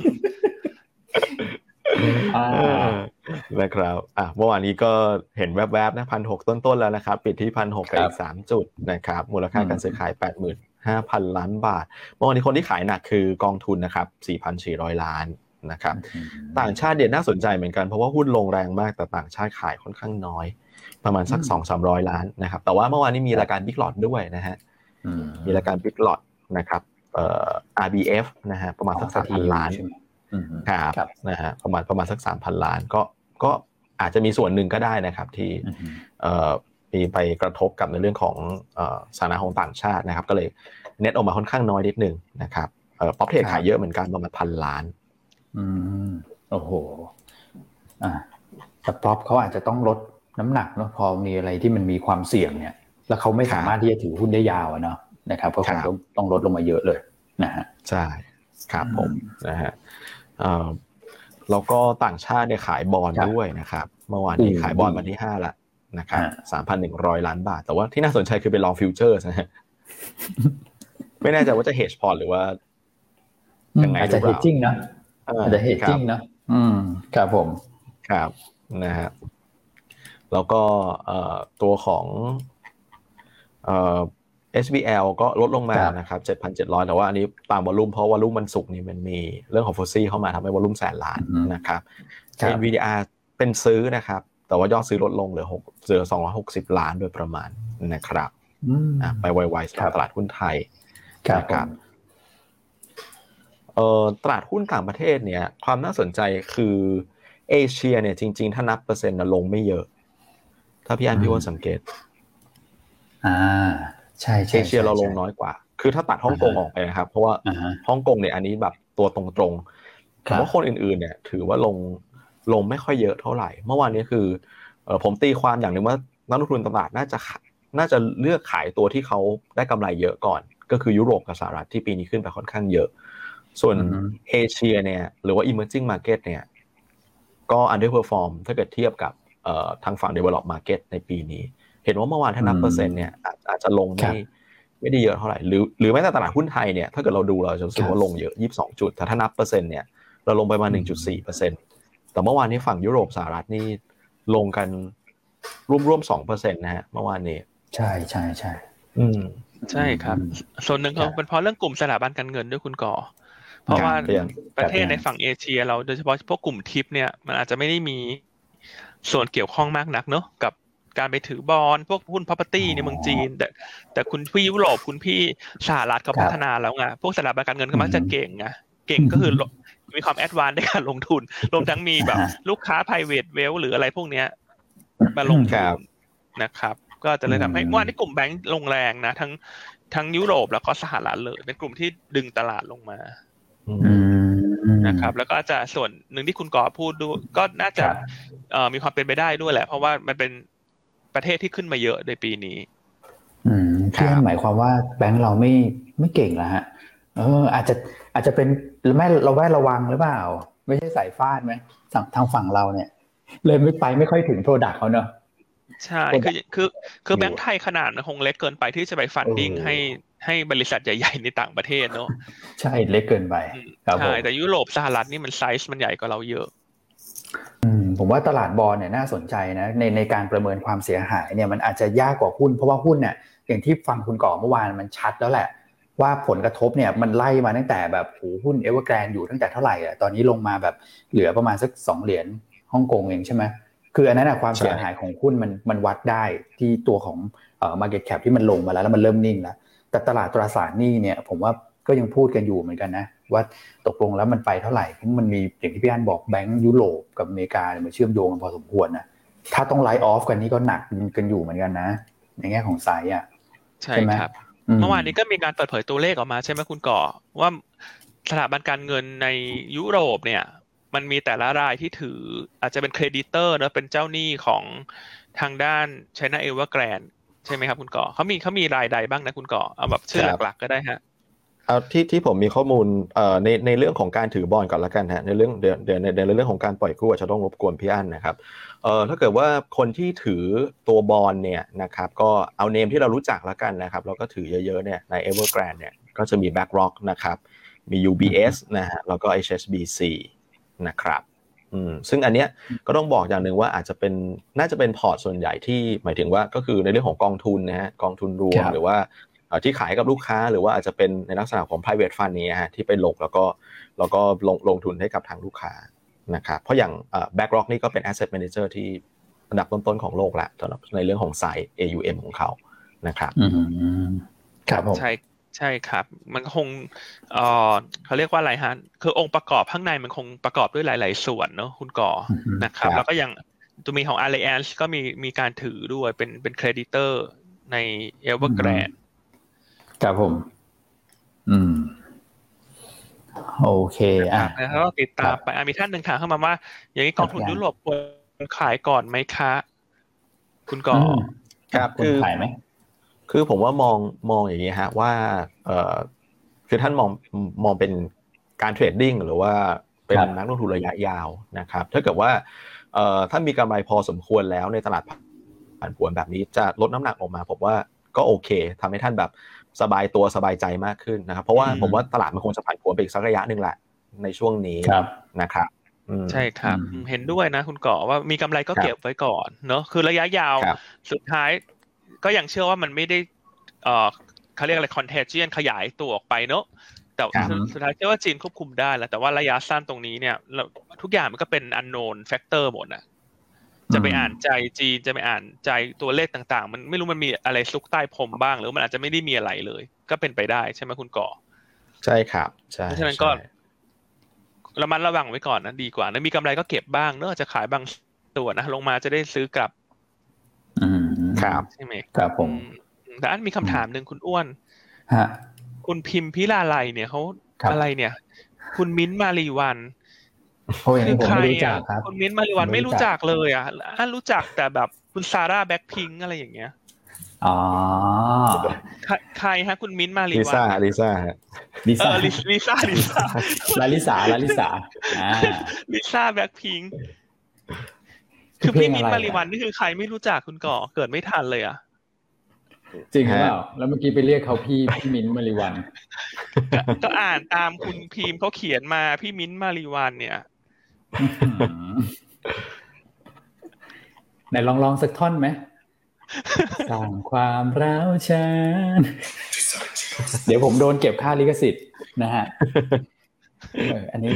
นะครับอ่ะเมื่อวานนี้ก็เห็นแวบๆนะ หนึ่งพันหกร้อย ต้นๆแล้วนะครับปิดที่ หนึ่งพันหกร้อย อีกสามจุดนะครับมูลค่าการซื้อขาย แปดหมื่นห้าพัน ล้านบาทเมื่อวานนี้คนที่ขายหนักคือกองทุนนะครับ สี่พันสี่ร้อย ล้านนะครับต่างชาติเด่นน่าสนใจเหมือนกันเพราะว่าหุ้นลงแรงมากแต่ต่างชาติขายค่อนข้างน้อยประมาณสัก สองถึงสามร้อย ล้านนะครับแต่ว่าเมื่อวานนี้มีรายการ Big Lot ด้วยนะฮะมีรายการ Big Lot นะครับเอ่อ อาร์ บี เอฟ นะฮะประมาณสัก สามพัน ล้านครับนะฮะประมาณประมาณสัก สามพัน ล้านก็ก็อาจจะมีส่วนหนึ่งก็ได้นะครับที่เอ่อมีไปกระทบกับในเรื่องของเอ่อสถานะของต่างชาตินะครับก็เลยเน็ตออกมาค่อนข้างน้อยนิดนึงนะครับเอ่อป๊อปเทรดขายเยอะเหมือนกันประมาณพันล้านอืมโอ้โหอ่าแต่ป๊อปเขาอาจจะต้องลดน้ำหนักเนาะพอมีอะไรที่มันมีความเสี่ยงเนี่ยแล้วเขาไม่สามารถที่จะถือหุ้นได้ยาวเนาะนะครับก็คงต้องต้องลดลงมาเยอะเลยนะฮะใช่ครับผมนะฮะเอ่อแล้วก็ต่างชาติเนี่ยขายบอนด์ด้วยนะครับเมื่อวานนี้ขายบอนด์วันที่ห้าละนะครับ สามพันหนึ่งร้อย ล้านบาทแต่ว่าที่น่าสนใจคือเป็นลองฟิวเจอร์นะฮะไม่แน่ใจว่าจะ hedge port หรือว่ายังไงอาจจะ hedging นะอาจจะ hedging นะอืมครับผมครับนะฮะแล้วก็เอ่อตัวของเอ่อ เอส บี แอล ก็ลดลงมานะครับ เจ็ดพันเจ็ดร้อย แต่ว่าอันนี้ตามวอลุ่มเพราะวอลุ่มมันสุกนี่มันมีเรื่องของ Fosi เข้ามาทำให้วอลุ่มแสนล้านนะครับ เอ็น วี ดี อาร์ เป็นซื้อนะครับแต่ว่ายอดซื้อลดลงเหลือ6เหลือสองร้อยหกสิบล้านโดยประมาณนะครับอ่ะไปไวๆสำหรับตลาดหุ้นไทยนะครับเอ่อตลาดหุ้นต่างประเทศเนี่ยความน่าสนใจคือเอเชียเนี่ยจริงๆถ้านับเปอร์เซ็นต์น่ะลงไม่เยอะถ้าพี่อันพี่ว่าสังเกตอ่าใช่ๆเอเชียเราลงน้อยกว่าคือถ้าตัดฮ่องกงออกไปนะครับเพราะว่าฮ่องกงเนี่ยอันนี้แบบตัวตรงๆแต่ว่าคนอื่นๆเนี่ยถือว่าลงลงไม่ค่อยเยอะเท่าไหร่เมื่อวานนี้คือเอ่อผมตีความอย่างนึงว่านักลงทุนตลาดน่าจะน่าจะเลือกขายตัวที่เขาได้กำไรเยอะก่อนก็คือยุโรปกับสหรัฐที่ปีนี้ขึ้นไปค่อนข้างเยอะส่วนเอเชียเนี่ยหรือว่า emerging market เนี่ยก็ underperform ถ้าเกิดเทียบกับเอ่อทางฝั่ง develop market ในปีนี้เห็นว่าเมื่อวานถ้านับเปอร์เซ็นต์เนี่ยอาจจะลงไม่ไม่ได้เยอะเท่าไหร่หรือหรือแม้แต่ตลาดหุ้นไทยเนี่ยถ้าเกิดเราดูเราจะรู้สึกว่าลงเยอะยี่สิบสองจุดแต่ถ้านับเปอร์เซ็นต์เนี่ยเราลงไปมา หนึ่งจุดสี่เปอร์เซ็นต์ แต่เมื่อวานนี้ฝั่งยุโรปสหรัฐนี่ลงกันร่วมๆ สองเปอร์เซ็นต์ นะฮะเมื่อวานนี้ใช่ๆๆอืมใช่ครับส่วนหนึ่งก็เป็นเพราะเรื่องกลุ่มสถาบันการเงินด้วยคุณก่อเพราะว่าประเทศในฝั่งเอเชียเราโดยเฉพาะพวกกลุ่มทิปเนี่ยมันอาจจะไม่ได้มีส่วนเกี่ยวข้องมากนักเนอะกับการไปถือบอนด์พวกหุ้น property ในเมืองจีนแต่แต่คุณพี่ยุโรปคุณพี่สหรัฐเขาพัฒนาแล้วไงพวกสถาบันการเงินก็มักจะเก่งไงเก่งก็คือมีความแอดวานซ์ในการลงทุนรวมทั้งมีแบบลูกค้า private wealth หรืออะไรพวกเนี้ยมาลงทุนนะครับก็จะเลยทำให้เมื่อวานนี้กลุ่มแบงก์ลงแรงนะทั้งทั้งยุโรปแล้วก็สหรัฐเลยเป็นกลุ่มที่ดึงตลาดลงมานะครับแล้วก็อาจจะส่วนหนึ่งที่คุณก่อพูดดูก็น่าจะมีความเป็นไปได้ด้วยแหละเพราะว่ามันเป็นประเทศที่ขึ้นมาเยอะในปีนี้อืมที่หมายความว่าแบงก์เราไม่ไม่เก่งแล้วฮะเอออาจจะอาจจะเป็นไม่เราแวดระวังหรือเปล่าไม่ใช่สายฟาดไหมทางฝั่งเราเนี่ยเลยไม่ไปไม่ค่อยถึงโปรดักต์เขาเนอะใช่คือคือคือแบงก์ไทยขนาดมันคงเล็กเกินไปที่จะไปฟันดิ้งให้ให้บริษัทใหญ่ๆในต่างประเทศเนอะใช่เล็กเกินไปใช่แต่ยุโรปสหรัฐนี่มันไซส์มันใหญ่กว่าเราเยอะอืมผมว่าตลาดบอนด์เนี่ยน่าสนใจนะในในการประเมินความเสียหายเนี่ยมันอาจจะยากกว่าหุ้นเพราะว่าหุ้นเนี่ยอย่างที่ฟังคุณก่อเมื่อวานมันชัดแล้วแหละว่าผลกระทบเนี่ยมันไล่มาตั้งแต่แบบโหหุ้น Evergrande อยู่ตั้งแต่เท่าไหร่อ่ะตอนนี้ลงมาแบบเหลือประมาณสักสองเหรียญฮ่องกงเองใช่ไหมคืออันนั้นน่ะความเสียหายของหุ้นมันมันวัดได้ที่ตัวของเอ่อ market cap ที่มันลงมาแล้วแล้วมันเริ่มนิ่งแล้วแต่ตลาดตราสารหนี้เนี่ยผมว่าก็ยังพูดกันอยู่เหมือนกันนะว่าตกลงแล้วมันไปเท่าไหร่เพราะมันมีอย่างที่พี่อันบอกแบงก์ยุโรปกับอเมริกามันเชื่อมโยงกันพอสมควรนะถ้าต้องไลท์ออฟกันนี่ก็หนักกันอยู่เหมือนกันนะในแง่ของไซส์อ่ะใช่ครับเมื่อวานนี้ก็มีการเปิดเผยตัวเลขออกมาใช่ไหมคุณก่อว่าสถาบันการเงินในยุโรปเนี่ยมันมีแต่ละรายที่ถืออาจจะเป็นเครดิเตอร์นะเป็นเจ้าหนี้ของทางด้าน China Evergrande ใช่ไหมครับคุณก่อเขามีเขามีรายใดบ้างนะคุณก่อเอาแบบชื่อหลักๆก็ได้ฮะเอาที่ที่ผมมีข้อมูลเอ่อในในเรื่องของการถือบอนด์ก่อนละกันฮะในเรื่องเดี๋ยวเดี๋ยวในในเรื่องของการปล่อยกู้จะต้องรบกวนพี่อั้นนะครับเอ่อถ้าเกิดว่าคนที่ถือตัวบอนด์เนี่ยนะครับก็เอาเนมที่เรารู้จักละกันนะครับแล้วก็ถือเยอะๆเนี่ยใน Evergrande เนี่ยก็จะมี BlackRock นะครับมี ยู บี เอส นะฮะแล้วก็ เอช เอส บี ซี นะครับอืมซึ่งอันเนี้ยก็ต้องบอกอย่างนึงว่าอาจจะเป็นน่าจะเป็นพอร์ตส่วนใหญ่ที่หมายถึงว่าก็คือในเรื่องของกองทุนนะฮะกองทุนรวมหรือว่าที่ขายกับลูกค้าหรือว่าอาจจะเป็นในลักษณะของ private fund นี้ฮะที่ไปลงแล้วก็แล้วก็ลงลงทุนให้กับทางลูกค้านะครับเพราะอย่างเอ่อ BlackRock นี่ก็เป็น asset manager ที่อันดับต้นๆของโลกละสำหรับในเรื่องของไซส์ เอ ยู เอ็ม ของเขานะครับอืมครับผมใช่ใช่ครับมันคงเอ่อเขาเรียกว่าอะไรฮะคือองค์ประกอบข้างในมันคงประกอบด้วยหลายๆส่วนเนอะคุณก่อนะครับแล้วก็อย่างตัวมีของ Allianz ก็มีมีการถือด้วยเป็นเป็นเครดิเตอร์ใน Evergrande ครับผมอืมโอเคอ่ะแล้วก็ติดตามไปมีท่านหนึ่งถามเข้ามาว่าอย่างนี้กองทุนยุโรปควรขายก่อนไหมคะคุณก่อครับคือขายไหมคือผมว่ามองมองอย่างนี้ฮะว่าเอ่อคือท่านมองมองเป็นการเทรดดิ้งหรือว่าเป็นนักลงทุนระยะยาวนะครับถ้าเกิดว่าเอ่อถ้ามีกำไรพอสมควรแล้วในตลาดผันผวนแบบนี้จะลดน้ำหนักออกมาผมว่าก็โอเคทำให้ท่านแบบสบายตัวสบายใจมากขึ้นนะครับเพราะว่าผมว่าตลาดมันคงจะผันผวนไปอีกสักระยะนึงแหละในช่วงนี้นะครับใช่ครับเห็นด้วยนะคุณก่อว่ามีกำไรก็เก็บไว้ก่อนเนอะคือระยะยาวสุดท้ายก็ยังเชื่อว่ามันไม่ได้เอ่อเขาเรียกอะไร contagion ขยายตัวออกไปเนอะแต่สุดท้ายเชื่อว่าจีนควบคุมได้แหละแต่ว่าระยะสั้นตรงนี้เนี่ยทุกอย่างมันก็เป็น unknown factor หมดนะจะไปอ่านใจจีนจะไปอ่านใจตัวเลขต่างๆมันไม่รู้มันมีอะไรซุกใต้พรมบ้างหรือมันอาจจะไม่ได้มีอะไรเลยก็เป็นไปได้ใช่ไหมคุณก่อใช่ครับใช่เพราะฉะนั้นก็ระมัดระวังไว้ก่อนนะดีกว่านะมีกำไรก็เก็บบ้างเนอะจะขายบางตัวนะลงมาจะได้ซื้อกลับอืมครับใช่ไหมครับผมแต่อันมีคำถามหนึ่งคุณอ้วนฮะคุณพิมพิลาไลเนี่ยเขาอะไรเนี่ยคุณมิ้นท์มารีวันโอ้ยผมไม่รู้จักครับคุณมิ้นท์มารีวันไม่รู้จักเลยอ่ะอันรู้จักแต่แบบคุณซาร่าแบ็คพิงค์อะไรอย่างเงี้ยอ๋อใครฮะคุณมิ้นท์มารีวันลิซ่าลิซ่าฮะลิเอซ่าอลิซ่าลิซ่าลาลิสาลาลิสาอ่าลิซ่าแบล็คพิงค์คือพี่มิ้นท์มารีวันนี่คือใครไม่รู้จักคุณก่อเกิดไม่ทันเลยอ่ะจริงหรือเปล่าแล้วเมื่อกี้ไปเรียกเขาพี่พี่มิ้นท์มารีวันก็อ่านตามคุณพิมพ์เขาเขียนมาพี่มิ้นท์มารีวันเนี่ยไหนลองลองสักท่อนไหมสร้างความร้าวฉานเดี๋ยวผมโดนเก็บค่าลิขสิทธิ์นะฮะเอออันนี้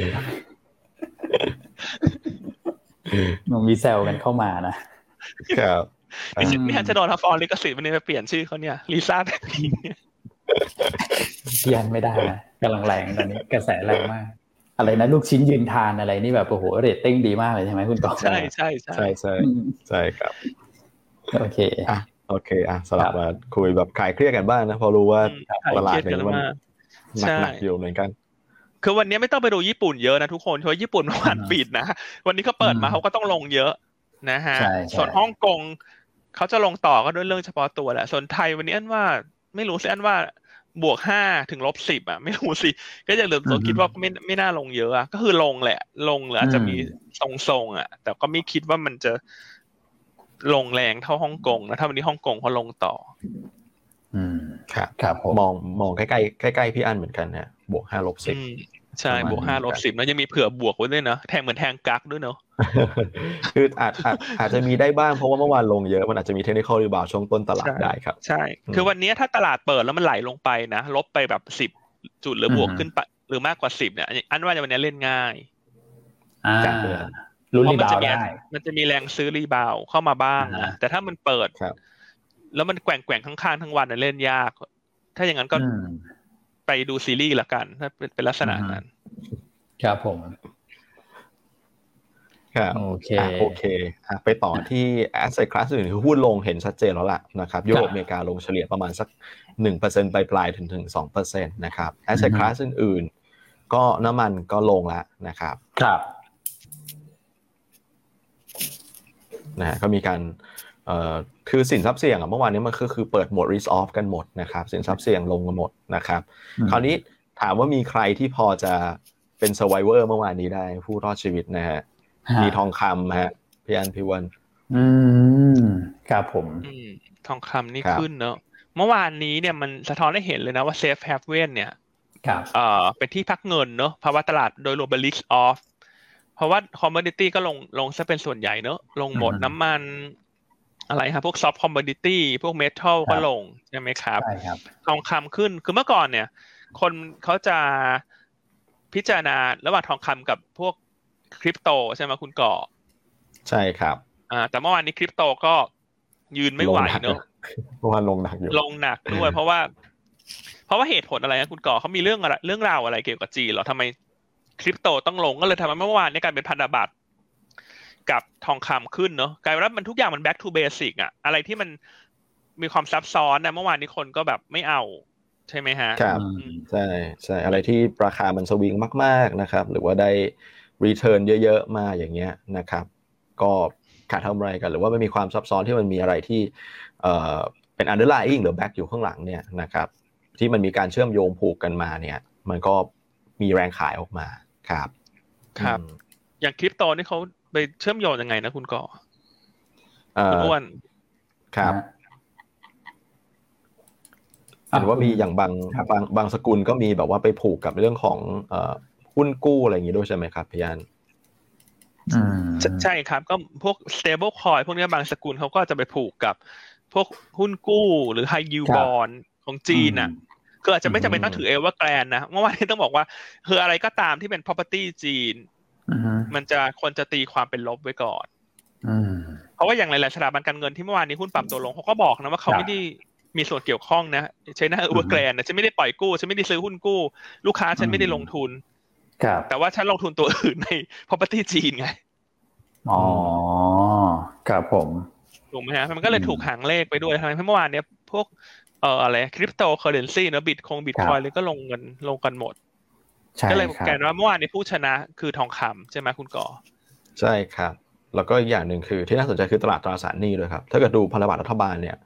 มันมีแซวกันเข้ามานะครับไม่ทันจะโดนทัฟออนลิขสิทธิ์วันนี้ไปเปลี่ยนชื่อเขาเนี่ยลิซ่าแบล็คพิงค์ยันไม่ได้นะกำลังแรงตอนนี้กระแสแรงมากอะไรนะลูกชิ้นยืนทานอะไรนี่แบบโอ้โหเรตติ้งดีมากเลยใช่ไหมคุณกอล์ฟใช่ใช่ใช่ใช่ใช่ใช่ครับโอเคอ่ะโอเคอ่ะสลับมาคุยแบบคลายเครียดกันบ้างนะพอรู้ว่าตลาดเนี่ยมันหนักๆอยู่เหมือนกันคือวันนี้ไม่ต้องไปดูญี่ปุ่นเยอะนะทุกคนเพราะญี่ปุ่นเมื่อวานปิดนะวันนี้เขาเปิดมาเขาก็ต้องลงเยอะนะฮะส่วนฮ่องกงเขาจะลงต่อก็ด้วยเรื่องเฉพาะตัวแหละส่วนไทยวันนี้อันว่าไม่รู้สิอันว่าบวกห้าถึงลบสิบอ่ะไม่รู้สิก็จะเหลือตัวคิดว่าไม่ไม่น่าลงเยอะอ่ะก็คือลงแหละลงหรืออาจจะมีทรงๆอ่ะแต่ก็ไม่คิดว่ามันจะลงแรงเท่าฮ่องกงนะถ้าวันนี้ฮ่องกงเขาลงต่ออืมครับครับมองมองใกล้ๆใกล้ๆพี่อั้นเหมือนกันเนี่ยบวกห้าลบสิบใช่บวกห้าลบสิบแล้วยังมีเผื่อบวกไว้ด้วยนะแทงเหมือนแทงกักด้วยเนาะคืออาจอาจอาจจะมีได้บ้างเพราะว่าเมื่อวานลงเยอะมันอาจจะมีเทคนิคอลรีบาวด์ช่วงต้นตลาดได้ครับใช่คือวันนี้ถ้าตลาดเปิดแล้วมันไหลลงไปนะลบไปแบบสิบจุดหรือบวกขึ้นไปหรือมากกว่าสิบเนี่ยอันว่าจะวันนี้เล่นง่ายอ่าลุ้นรีบาวด์ได้มันจะมีแรงซื้อรีบาวด์เข้ามาบ้างนะแต่ถ้ามันเปิดแล้วมันแกว่งแกว่งข้างๆทั้งวันเล่นยากถ้าอย่างนั้นก็ไปดูซีรีส์ละกันถ้าเป็นลักษณะนั้นครับผมครับโอเคโอเคไปต่อที่ asset class อื่นคือหุ้นลงเห็นชัดเจนแล้วล่ะนะครับยุโรปอเมริกาลงเฉลี่ยประมาณสัก หนึ่งเปอร์เซ็นต์ ปลายๆถึงถึง สองเปอร์เซ็นต์ นะครับ asset class อื่นๆก็น้ำมันก็ลงแล้วนะครับครับนะฮะก็มีการเอ่อคือสินทรัพย์เสี่ยงอ่ะเมื่อวานนี้มันก็คือเปิดโหมด risk off กันหมดนะครับสินทรัพย์เสี่ยงลงกันหมดนะครับคราวนี้ถามว่ามีใครที่พอจะเป็น survivor เมื่อวานนี้ได้ผู้รอดชีวิตนะฮะมีทองคำฮะพี่อันพี่วันอืมครับผมทองคำนี่ขึ้นเนอะเมื่อวานนี้เนี่ยมันสะท้อนให้เห็นเลยนะว่า safe haven เนี่ยเอ่อเป็นที่พักเงินเนอะภาวะตลาดโดยรวมเป็น risk off เพราะว่า commodity ก็ลงลงซะเป็นส่วนใหญ่เนอะลงหมดน้ำมันอะไรครับพวก soft commodity พวก metal ก็ลงใช่ไหมครับใช่ครับทองคำขึ้นคือเมื่อก่อนเนี่ยคนเขาจะพิจารณาระหว่างทองคำกับพวกคริปโตใช่ไหมคุณก่อใช่ครับอ่าแต่เมื่อวานนี้คริปโตก็ยืนไม่ไหวเนอะเมื่อวานลงหนักอยู่ลงหนักด้วยเพราะว่าเพราะว่าเหตุผลอะไรนะคุณก่อเขามีเรื่องอะไรเรื่องราวอะไรเกี่ยวกับจีนเหรอทำไมคริปโตต้องลงก็เลยทำให้เมื่อวานนี้กลายเป็นพันธบัตรกับทองคำขึ้นเนอะกลายเป็นว่ามันทุกอย่างมัน back to basic อะอะไรที่มันมีความซับซ้อนนะเมื่อวานนี้คนก็แบบไม่เอาใช่ไหมฮะครับใช่ใช่อะไรที่ราคามันสวิงมากๆนะครับหรือว่าได้รีเทิร์นเยอะๆมาอย่างเงี้ยนะครับก็ขาดกำไรกันหรือว่าไม่มีความซับซ้อนที่มันมีอะไรที่เอ่อเป็น underlying หรือ back อยู่ข้างหลังเนี่ยนะครับที่มันมีการเชื่อมโยงผูกกันมาเนี่ยมันก็มีแรงขายออกมาครับครับอย่างคริปโตนี่เขาไปเชื่อมโยงยังไงนะคุณก่อคุณอ้วนครับเห็นว่ามีอย่างบางบางบางสกุลก็มีแบบว่าไปผูกกับเรื่องของเอ่อหุ้นกู้อะไรอย่างนี้ด้วยใช่ไหมครับพี่อันใช่ครับก็พวก stable coin พวกนี้บางสกุลเขาก็จะไปผูกกับพวกหุ้นกู้หรือ high yield bond ของจีนน่ะคืออาจจะไม่จำเป็นต้องถือ Evergrande นะเมื่อวานนี้ต้องบอกว่าคืออะไรก็ตามที่เป็น property จีนมันจะคนจะตีความเป็นลบไว้ก่อนเพราะว่าอย่างหลายๆสถาบันการเงินที่เมื่อวานนี้หุ้นปรับตัวลงเขาก็บอกนะว่าเขาไม่ได้มีส่วนเกี่ยวข้องนะใช้หน้า Evergrande นะฉันไม่ได้ปล่อยกู้ฉันไม่ได้ซื้อหุ้นกู้ลูกค้าฉันไม่ได้ลงทุนแต่ว่าฉันลงทุนตัวอื่นใน property จีนไงอ๋อครับผมถูกไหมฮะมันก็เลยถูกหางเลขไปด้วยทำไมเมื่อวานเนี้ยพวกเอ่ออะไรคริปโตเคอเรนซีเนอะบิตคงบิตคอยน์เลยก็ลงเงินลงกันหมดก็เลยกลายเป็นว่าเมื่อวานนี้ผู้ชนะคือทองคำใช่ไหมคุณก่อใช่ครับแล้วก็อีกอย่างหนึ่งคือที่น่าสนใจคือตลาดตราสารหนี้ด้วยครับถ้าเกิดดูพันธบัตรรัฐบาลเนี่ย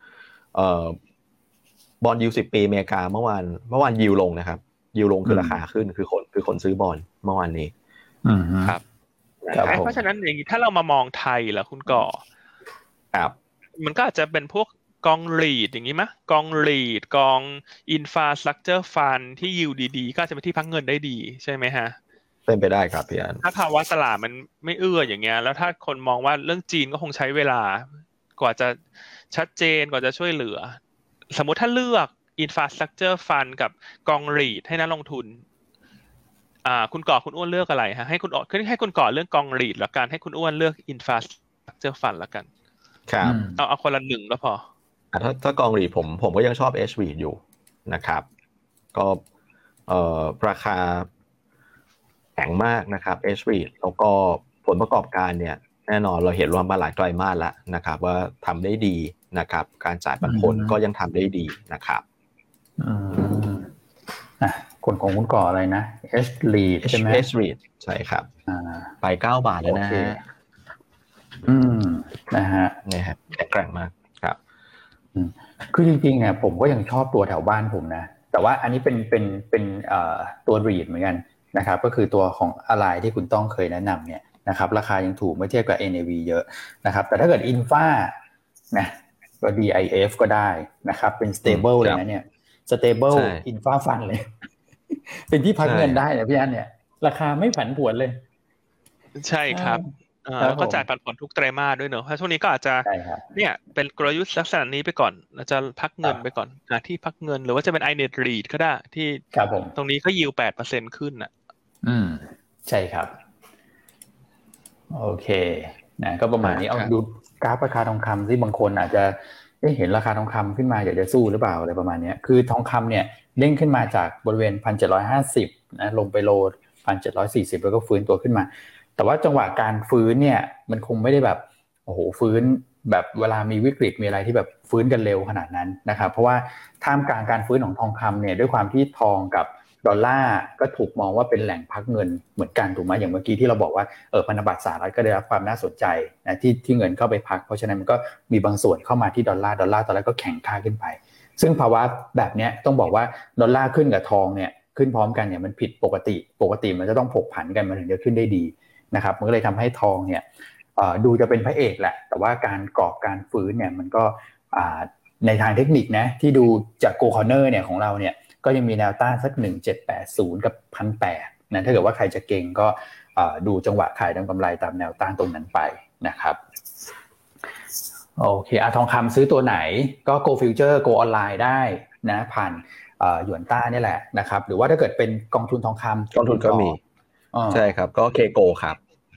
เอ่อบอนด์ยิลด์สิบปีอเมริกาเมื่อวานเมื่อวานยิลด์ลงนะครับยิลด์ลงคือราคาขึ้นคือคนคือคนซื้อบอนด์เมื่อวานนี้อืมครับเพราะฉะนั้นอย่างนี้ถ้าเรามามองไทยล่ะคุณก่อครับมันก็อาจจะเป็นพวกกองรีดอย่างนี้มั้ยกองรีดกองอินฟราสตรัคเจอร์ฟันที่ยิลด์ดีๆก็จะเป็นที่พักเงินได้ดีใช่ไหมฮะเป็นไปได้ครับพี่อันถ้าภาวะตลาดมันไม่เอื้ออย่างเงี้ยแล้วถ้าคนมองว่าเรื่องจีนก็คงใช้เวลากว่าจะชัดเจนกว่าจะช่วยเหลือสมมุติถ้าเลือก Infrastructure Fund กับกองรีดให้นักลงทุนอ่าคุณก่อคุณอ้วนเลือกอะไรฮะให้คุณอ้วนให้คุณก่อเรื่องกองรีดแล้วกันให้คุณอ้วนเลือก Infrastructure Fund แล้วกันครับเอาเอาคนละหนึ่งแล้วพอถ้าถ้ากองรีดผมผมก็ยังชอบ H รีด อยู่นะครับก็เอ่อราคาแข็งมากนะครับ H รีด แล้วก็ผลประกอบการเนี่ยแน่นอนเราเห็นรวมมาหลายไตรมาสแล้วนะครับว่าทำได้ดีนะครับการจ่ายปันผลก็ยังทำได้ดีนะครับอืมอ่ะคนของคุณก่ออะไรนะ H รีด ใช่ไหม H รีด ใช่ครับอ่าไปเก้าบาทแล้วนะฮะอืมนะฮะนี่ครับแข็งแกร่งมากครับอืมคือจริงๆเนี่ยผมก็ยังชอบตัวแถวบ้านผมนะแต่ว่าอันนี้เป็นเป็นเป็นเอ่อตัวรีดเหมือนกันนะครับก็คือตัวของอะไรที่คุณต้องเคยแนะนำเนี่ยนะครับราคายังถูกเมื่อเทียบกับ เอ็น เอ วี เยอะนะครับแต่ถ้าเกิด Infa นะก็ ดี ไอ เอฟ ก็ได้นะครับเป็น stable เลยนะเนี่ย stable Infa Fund เลยเป็นที่พักเงินได้นะพี่อันเนี่ยราคาไม่ผันผวนเลยใช่ครับแล้วก็จ่ายปันผลทุกไตรมาสด้วยเนอะเพราะช่วงนี้ก็อาจจะเนี่ยเป็นกลยุทธ์ลักษณะนี้ไปก่อนเราจะพักเงินไปก่อนหาที่พักเงินหรือว่าจะเป็น iNet REIT ก็ได้ที่ตรงนี้ก็ยิว แปดเปอร์เซ็นต์ ขึ้นน่ะอืมใช่ครับโอเคนะก็ประมาณนี้เอาดูกราฟราคาทองคำที่บางคนอาจจะได้เห็นราคาทองคำขึ้นมาอยากจะสู้หรือเปล่าอะไรประมาณนี้คือทองคำเนี่ยเด้งขึ้นมาจากบริเวณ หนึ่งพันเจ็ดร้อยห้าสิบ นะลงไปโล หนึ่งพันเจ็ดร้อยสี่สิบ แล้วก็ฟื้นตัวขึ้นมาแต่ว่าจังหวะการฟื้นเนี่ยมันคงไม่ได้แบบโอ้โหฟื้นแบบเวลามีวิกฤตมีอะไรที่แบบฟื้นกันเร็วขนาดนั้นนะครับเพราะว่าท่ามกลางการฟื้นของทองคำเนี่ยด้วยความที่ทองกับดอลลาร์ก็ถูกมองว่าเป็นแหล่งพักเงินเหมือนกันถูกไหมอย่างเมื่อกี้ที่เราบอกว่าเออพันธบัตรสหรัฐก็ได้รับความน่าสนใจนะที่ที่เงินเข้าไปพักเพราะฉะนั้นมันก็มีบางส่วนเข้ามาที่ดอลลาร์ดอลลาร์ตอนแรกก็แข็งค่าขึ้นไปซึ่งภาวะแบบนี้ต้องบอกว่าดอลลาร์ขึ้นกับทองเนี่ยขึ้นพร้อมกันเนี่ยมันผิดปกติปกติมันจะต้องผกผันกันมันถึงจะขึ้นได้ดีนะครับมันก็เลยทำให้ทองเนี่ยดูจะเป็นพระเอกแหละแต่ว่าการกอบการฟื้นเนี่ยมันก็ในทางเทคนิคนะที่ดูจากโกลคอร์เนอร์เนี่ยของเราเนี่ยก็ยังมีแนวต้านสักหนึ่งพันเจ็ดร้อยแปดสิบกับ หนึ่งพันแปดร้อย นะถ้าเกิดว่าใครจะเก็งก็ดูจังหวะขายทำกำไรตามแนวต้านตรงนั้นไปนะครับโอเคอ่ะทองคำซื้อตัวไหนก็ Go Future Go Online ได้นะผ่านหยวนต้านี่แหละนะครับหรือว่าถ้าเกิดเป็นกองทุนทองคำกองทุนก็มีใช่ครับก็ K-Go ครับ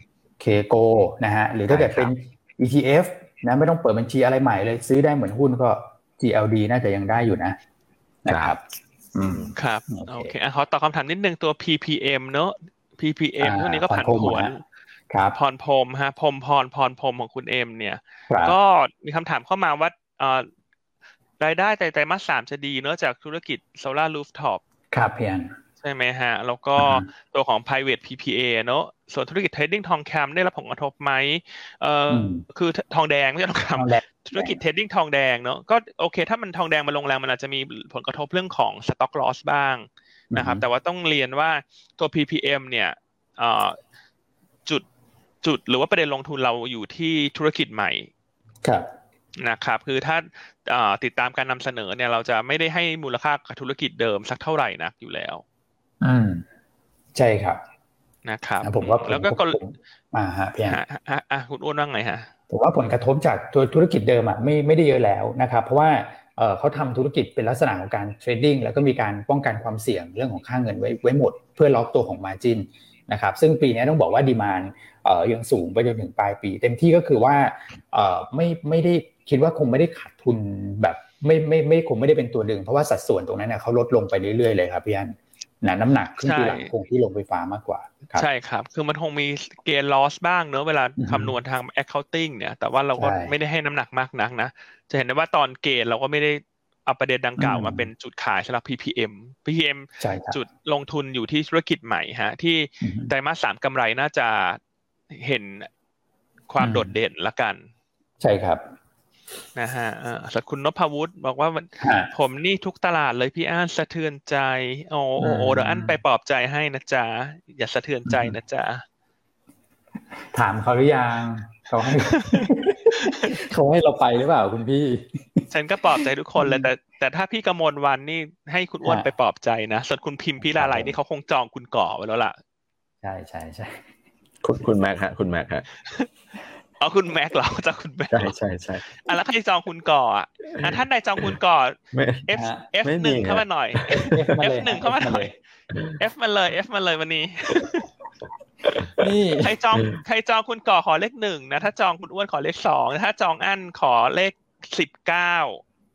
K-Go นะฮะหรือถ้าเกิดเป็น อี ที เอฟ นะไม่ต้องเปิดบัญชีอะไรใหม่เลยซื้อได้เหมือนหุ้นก็ จี แอล ดี น่าจะยังได้อยู่นะนะครับอืมครับโอเคอ่ะขอตอบคำถามนิดนึงตัว พี พี เอ็ม เนอะ พี พี เอ็ม ช่วงนี้ก็ผันผวนครับพรพรมฮะพรมพรพรพรมของคุณเอ็มเนี่ยก็มีคำถามเข้ามาว่าเอ่อรายได้ไตรมาสสามจะดีเนอะจากธุรกิจ Solar Rooftop ครับเพียงใช่ไหมฮะแล้วก็ตัวของ private พี พี เอ เนอะส่วนธุรกิจ trading ทองคำได้รับผลกระทบไหมเอ่อคือทองแดงไม่ใช่ทองคำธุรกิจ trading ทองแดงเนอะก็โอเคถ้ามันทองแดงมันลงแรงมันอาจจะมีผลกระทบเรื่องของ stock loss บ้างนะครับแต่ว่าต้องเรียนว่าตัว พี พี เอ็ม เนี่ยเอ่อจุดจุดหรือว่าประเด็นลงทุนเราอยู่ที่ธุรกิจใหม่ครับนะครับคือถ้าติดตามการนำเสนอเนี่ยเราจะไม่ได้ให้มูลค่ากับธุรกิจเดิมสักเท่าไหร่นักอยู่แล้วอืมใช่ครับนะครับผมว่าแล้วก็อ่าฮะพี่ฮะอ่ะคุณอ้วนว่าไงฮะผมว่าผลกระทบจากตัวธุรกิจเดิมอ่ะไม่ไม่ได้เยอะแล้วนะครับเพราะว่าเอ่อเขาทำธุรกิจเป็นลักษณะของการเทรดดิ้งแล้วก็มีการป้องกันความเสี่ยงเรื่องของค่าเงินไว้ไว้หมดเพื่อล็อกตัวของ margin นะครับซึ่งปีนี้ต้องบอกว่าดีมานด์เอ่อยังสูงไปจนถึงปลายปีเต็มที่ก็คือว่าเอ่อไม่ไม่ได้คิดว่าคงไม่ได้ขาดทุนแบบไม่ไม่ไม่คงไม่ได้เป็นตัวดึงเพราะว่าสัดส่วนตรงนั้นเนี่ยเขาลดลงไปเรื่อยๆเลยครับพี่อันนะน้ำหนักขึ้นที่หลังคงที่โรงไฟฟ้ามากกว่าใช่ครับคือมันคงมีเกณฑ์ loss บ้างเนอะเวลาคำนวณทาง accounting เนี่ยแต่ว่าเราก็ไม่ได้ให้น้ำหนักมากนักนะจะเห็นได้ว่าตอนเกณฑ์เราก็ไม่ได้เอาประเด็นดังกล่าวมาเป็นจุดขายสำหรับ พี พี เอ็ม พี พี เอ็ม จุดลงทุนอยู่ที่ธุรกิจใหม่ฮะที่ไตรมาสสามกำไรน่าจะเห็นความโดดเด่นละกันใช่ครับนะฮะเออสักคุณนพวุฒิบอกว่าผมนี่ทุกตลาดเลยพี่อั้นสะเทือนใจโอ้โอ้โอ้เดี๋ยวอั้นไปปลอบใจให้นะจ๊ะอย่าสะเทือนใจนะจ๊ะถามเขาหรือยังเขาให้ เขาให้เราไปหรือเปล่าคุณพี่ฉันก็ปลอบใจทุกคนเลยแต่แต่ถ้าพี่กมลวันนี่ให้คุณอ้วนไปปลอบใจนะส่วนคุณพิมพ์พี่ลาไลนี่เขาคงจองคุณก่อไว้แล้วล่ะใช่ใช่ใช่คุณคุณแม็กฮะคุณแม็กฮะเอาคุณแม็กเหรอจะคุณแม็กใช่ใช่ใช่อ่ะแล้วใครจองคุณก่ออ่ะท่านใดจองคุณก่อ F F หนึ่งเข้ามาหน่อย F หนึ่งเข้ามาหน่อย F มาเลย F มาเลยวันนี้นี่ใครจองใครจองคุณก่อขอเลขหนึ่งนะถ้าจองคุณอ้วนขอเลขสองถ้าจองอั้นขอเลขสิบเก้า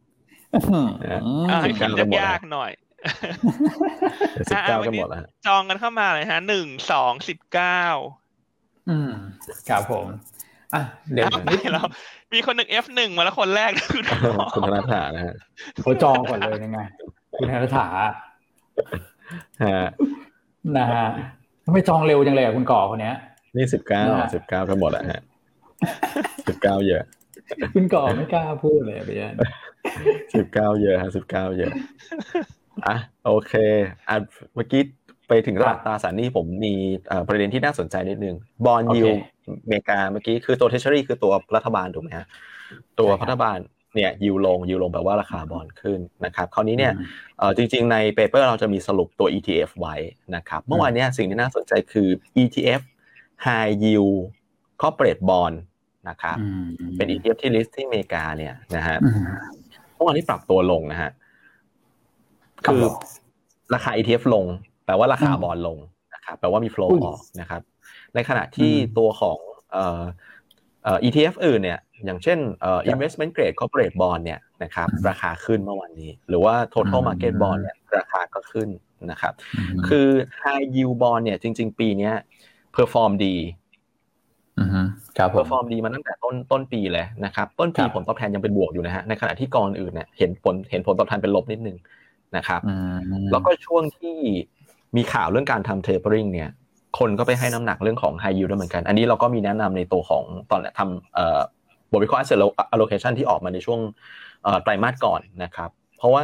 ให้พิมพ์ยากๆหน่อยสิบเก้าก็หมดแล้วจองกันเข้ามาเลยฮะหนึ่งสองสิบเก้าอืมครับผมอ่ะเดี๋ยวนิดเรามีคนหนึ่ง เอฟ หนึ่งมาแล้วคนแรกคือคุณธนถานะฮะเขาจองก่อนเลยยังไงคุณธนถาฮะนะฮะทำไมจองเร็วจังเลยอ่ะคุณก่อคนเนี้ยนี่สิบเก้าสิบเก้าก็หมดแล้วฮะสิบเก้าเยอะคุณก่อไม่กล้าพูดเลยพี่สิบเก้าเยอะฮะสิบเก้าเยอะอ่ะโอเคอ่ะเมื่อกี้ไปถึงตลาดตราสารหนี้ผมมีประเด็นที่น่าสนใจนิดนึงบอนด์ยิลด์อเมริกาเมื่อกี้คือตัว Treasury คือตัวรัฐบาลถูกไหมฮะตัวรัฐบาลเนี่ยยิลด์ลงยิลด์ลงแปลว่าราคาบอนด์ขึ้นนะครับคราวนี้เนี่ยเอ่อจริงๆในเปเปอร์เราจะมีสรุปตัว อี ที เอฟ ไว้นะครับเมื่อวานเนี้ยสิ่งที่น่าสนใจคือ อี ที เอฟ High Yield Corporate Bond นะครับเป็น อี ที เอฟ ที่ list ที่อเมริกาเนี่ยนะฮะเมื่อวานนี้ปรับตัวลงนะฮะคือราคา อี ที เอฟ ลงแปลว่าราคาบอนด์ลงนะครับแปลว่ามี flow ออกนะครับในขณะที่ตัวของเอ่อเอ่อ อี ที เอฟ อื่นเนี่ยอย่างเช่นเอ่อ investment grade corporate bond เนี่ยนะครับราคาขึ้นเมื่อวานนี้หรือว่า total market bond เนี่ยราคาก็ขึ้นนะครับคือ high yield bond เนี่ยจริงๆปีนี้ perform ดีอือฮึครับ perform ดีมาตั้งแต่ต้นต้นปีเลยนะครับต้นปีผลตอบแทนยังเป็นบวกอยู่นะฮะในขณะที่กองอื่นเนี่ยเห็นผลเห็นผลตอบแทนเป็นลบนิดนึงนะครับแล้วก็ช่วงที่มีข่าวเรื่องการทำ tapering เนี่ยคนก็ไปให้น้ำหนักเรื่องของ high yield ด้วยเหมือนกันอันนี้เราก็มีแนะนำในตัวของตอนทำเอ่อบทวิเคราะห์ asset allocation ที่ออกมาในช่วงไตรมาสก่อนนะครับเพราะว่า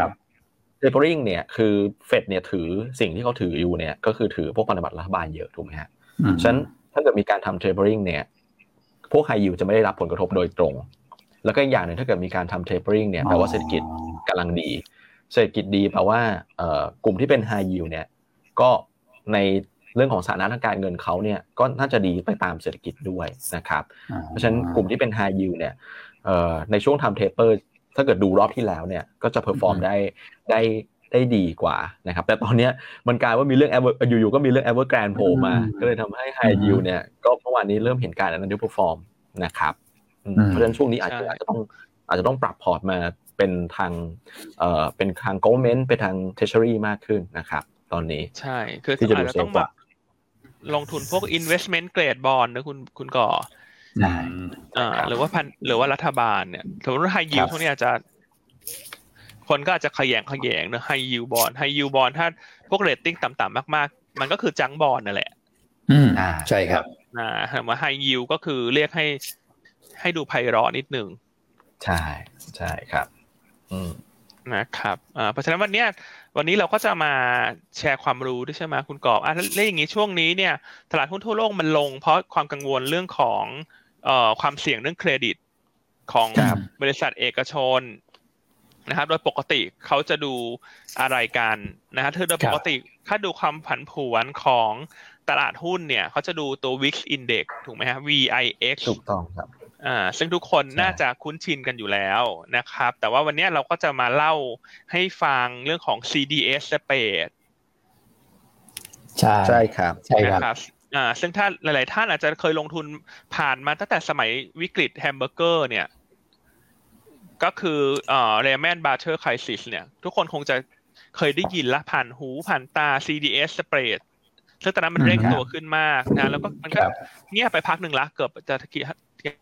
tapering เนี่ยคือเฟดเนี่ยถือสิ่งที่เขาถืออยู่เนี่ยก็คือถือพวกพันธบัตรรัฐบาลเยอะถูกไหมฮะฉะนั้นถ้าเกิดมีการทำ tapering เนี่ยพวก high yield จะไม่ได้รับผลกระทบโดยตรงแล้วก็อีกอย่างนึงถ้าเกิดมีการทำ tapering เนี่ยแปลว่าเศรษฐกิจกำลังดีเศรษฐกิจดีแปลว่ากลุ่มที่เป็น high yield เนี่ยก็ในเรื่องของสถานะทางการเงินเขาเนี่ยก็น่าจะดีไปตามเศรษฐกิจด้วยนะครับเพราะฉะนั้นกลุ่มที่เป็น high yield เนี่ยในช่วงทำ taper ถ้าเกิดดูรอบที่แล้วเนี่ยก็จะ perform ได้ได้ได้ดีกว่านะครับแต่ตอนนี้มันกลายว่ามีเรื่อง อยู่ๆก็มีเรื่อง Evergrande โผล่มาก็เลยทำให้ high yield เนี่ยก็เมื่อวานนี้เริ่มเห็นการ underperform นะครับเพราะฉะนั้นช่วงนี้อาจจะอาจจะต้องอาจจะต้องปรับพอร์ตมาเป็นทางเอ่อเป็นทาง government เป็นทาง treasury มากขึ้นนะครับตอนนี้ใช่คืออาจจะต้องแบบลงทุนพวก investment grade bond นะคุณคุณก่อใช่อ่าหรือว่าพันหรือว่ารัฐบาลเนี่ยสมมติว่า high yield พวกนี้อาจจะคนก็อาจจะขยงขยงเนอะ high yield bond high yield bond ถ้าพวก rating ต่ำๆมากๆมันก็คือจังบอนนั่นแหละอืมอ่าใช่ครับอ่าว่า high yield ก็คือเรียกให้ให้ดูไพเราะนิดนึงใช่ใช่ครับอืมนะครับอ่าเพราะฉะนั้นวันนี้วันนี้เราก็จะมาแชร์ความรู้ด้วยใช่ไหมคุณกอบอ่ะแล้วอย่างนี้ช่วงนี้เนี่ยตลาดหุ้นทั่วโลกมันลงเพราะความกังวลเรื่องของเอ่อความเสี่ยงเรื่องเครดิตของบริษัทเอกชนนะครับโดยปกติเขาจะดูอะไรกันนะฮะโดยปกติถ้าดูความผันผวนของตลาดหุ้นเนี่ยเขาจะดูตัว วี ไอ เอ็กซ์ Index ถูกไหมฮะ วี ไอ เอ็กซ์ถูกต้องครับอ่าซึ่งทุกคนน่าจะคุ้นชินกันอยู่แล้วนะครับแต่ว่าวันนี้เราก็จะมาเล่าให้ฟังเรื่องของ ซี ดี เอส Spread ใช่ใช่ครับใช่ครับอ่าซึ่งถ้าหลายๆท่านอาจจะเคยลงทุนผ่านมาตั้งแต่สมัยวิกฤตแฮมเบอร์เกอร์เนี่ยก็คือเอ่อ Lehman Brothers Crisis เนี่ยทุกคนคงจะเคยได้ยินละผ่านหูผ่านตา ซี ดี เอส Spread ซึ่งตอนนั้นมันเร่งตัวขึ้นมากนะแล้วก็มันก็เงียบไปพักหนึ่งละเกือบจะตะกี้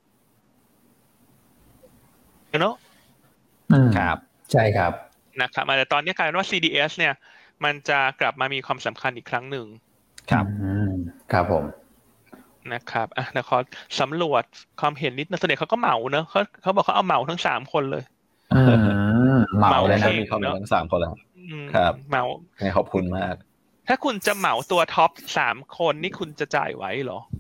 เนาะครับใช่ครับนะครับแต่ตอนนี้กลายเป็นว่า ซี ดี เอส เนี่ยมันจะกลับมามีความสำคัญอีกครั้งหนึ่งครับครับผมนะครับอ่ะเดี๋ยวขอสำรวจความเห็นนิดนึงส่วนใหญ่เขาก็เหมาเนอะเขาเขาบอกเขาเอาเหมาทั้งสามคนเลยอืมเหมาเลยนะมีความเป็นทั้งสามคนแล้วครับเหมาขอบคุณมากถ้าคุณจะเหมาตัวท็อปสามคนนี่คุณจะจ่ายไหวเหรอ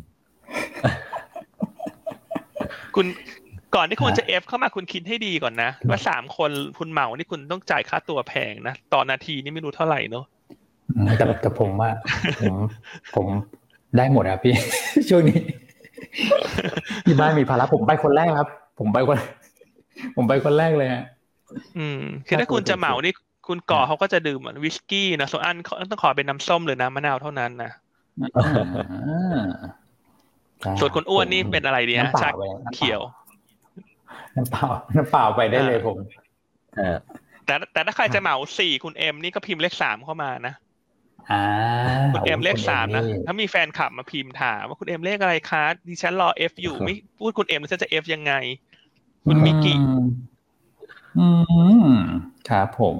คุณก่อนที่คุณจะเอฟเข้ามาคุณคิดให้ดีก่อนนะว่าสามคนคุณเหมานี่คุณต้องจ่ายค่าตัวแพงนะต่อนาทีนี่ไม่รู้เท่าไหร่เนอะแต่แต่ผมว่าผมผมได้หมดครับพี่ ช่วงนี้ที่บ้านมีภาระผมไปคนแรกครับผมไปคนผมไปคนแรกเลยฮะอืมคือถ้าคุณจะเหมานี่คุณก่อเขาก็จะดื่มวิสกี้นะส่วนอันต้องขอเป็นน้ำส้มหรือน้ำมะนาวเท่านั้นนะส่วนคนอ้วนนี่เป็นอะไรดีฮะชาเขียวน้ำเปล่าน้ำเปล่าไปได้เลยผมแต่แต่ถ้าใครจะเหมาสี่คุณเอ็มนี่ก็พิมพ์เลขสามเข้ามานะคุณเอ็มเลขสามนะถ้ามีแฟนคลับมาพิมพ์ถามว่าคุณเอ็มเลขอะไรคะดิฉันรอเอฟอยู่ไม่พูดคุณเอ็มแล้วจะเอฟยังไงคุณมิกิอืมครับผม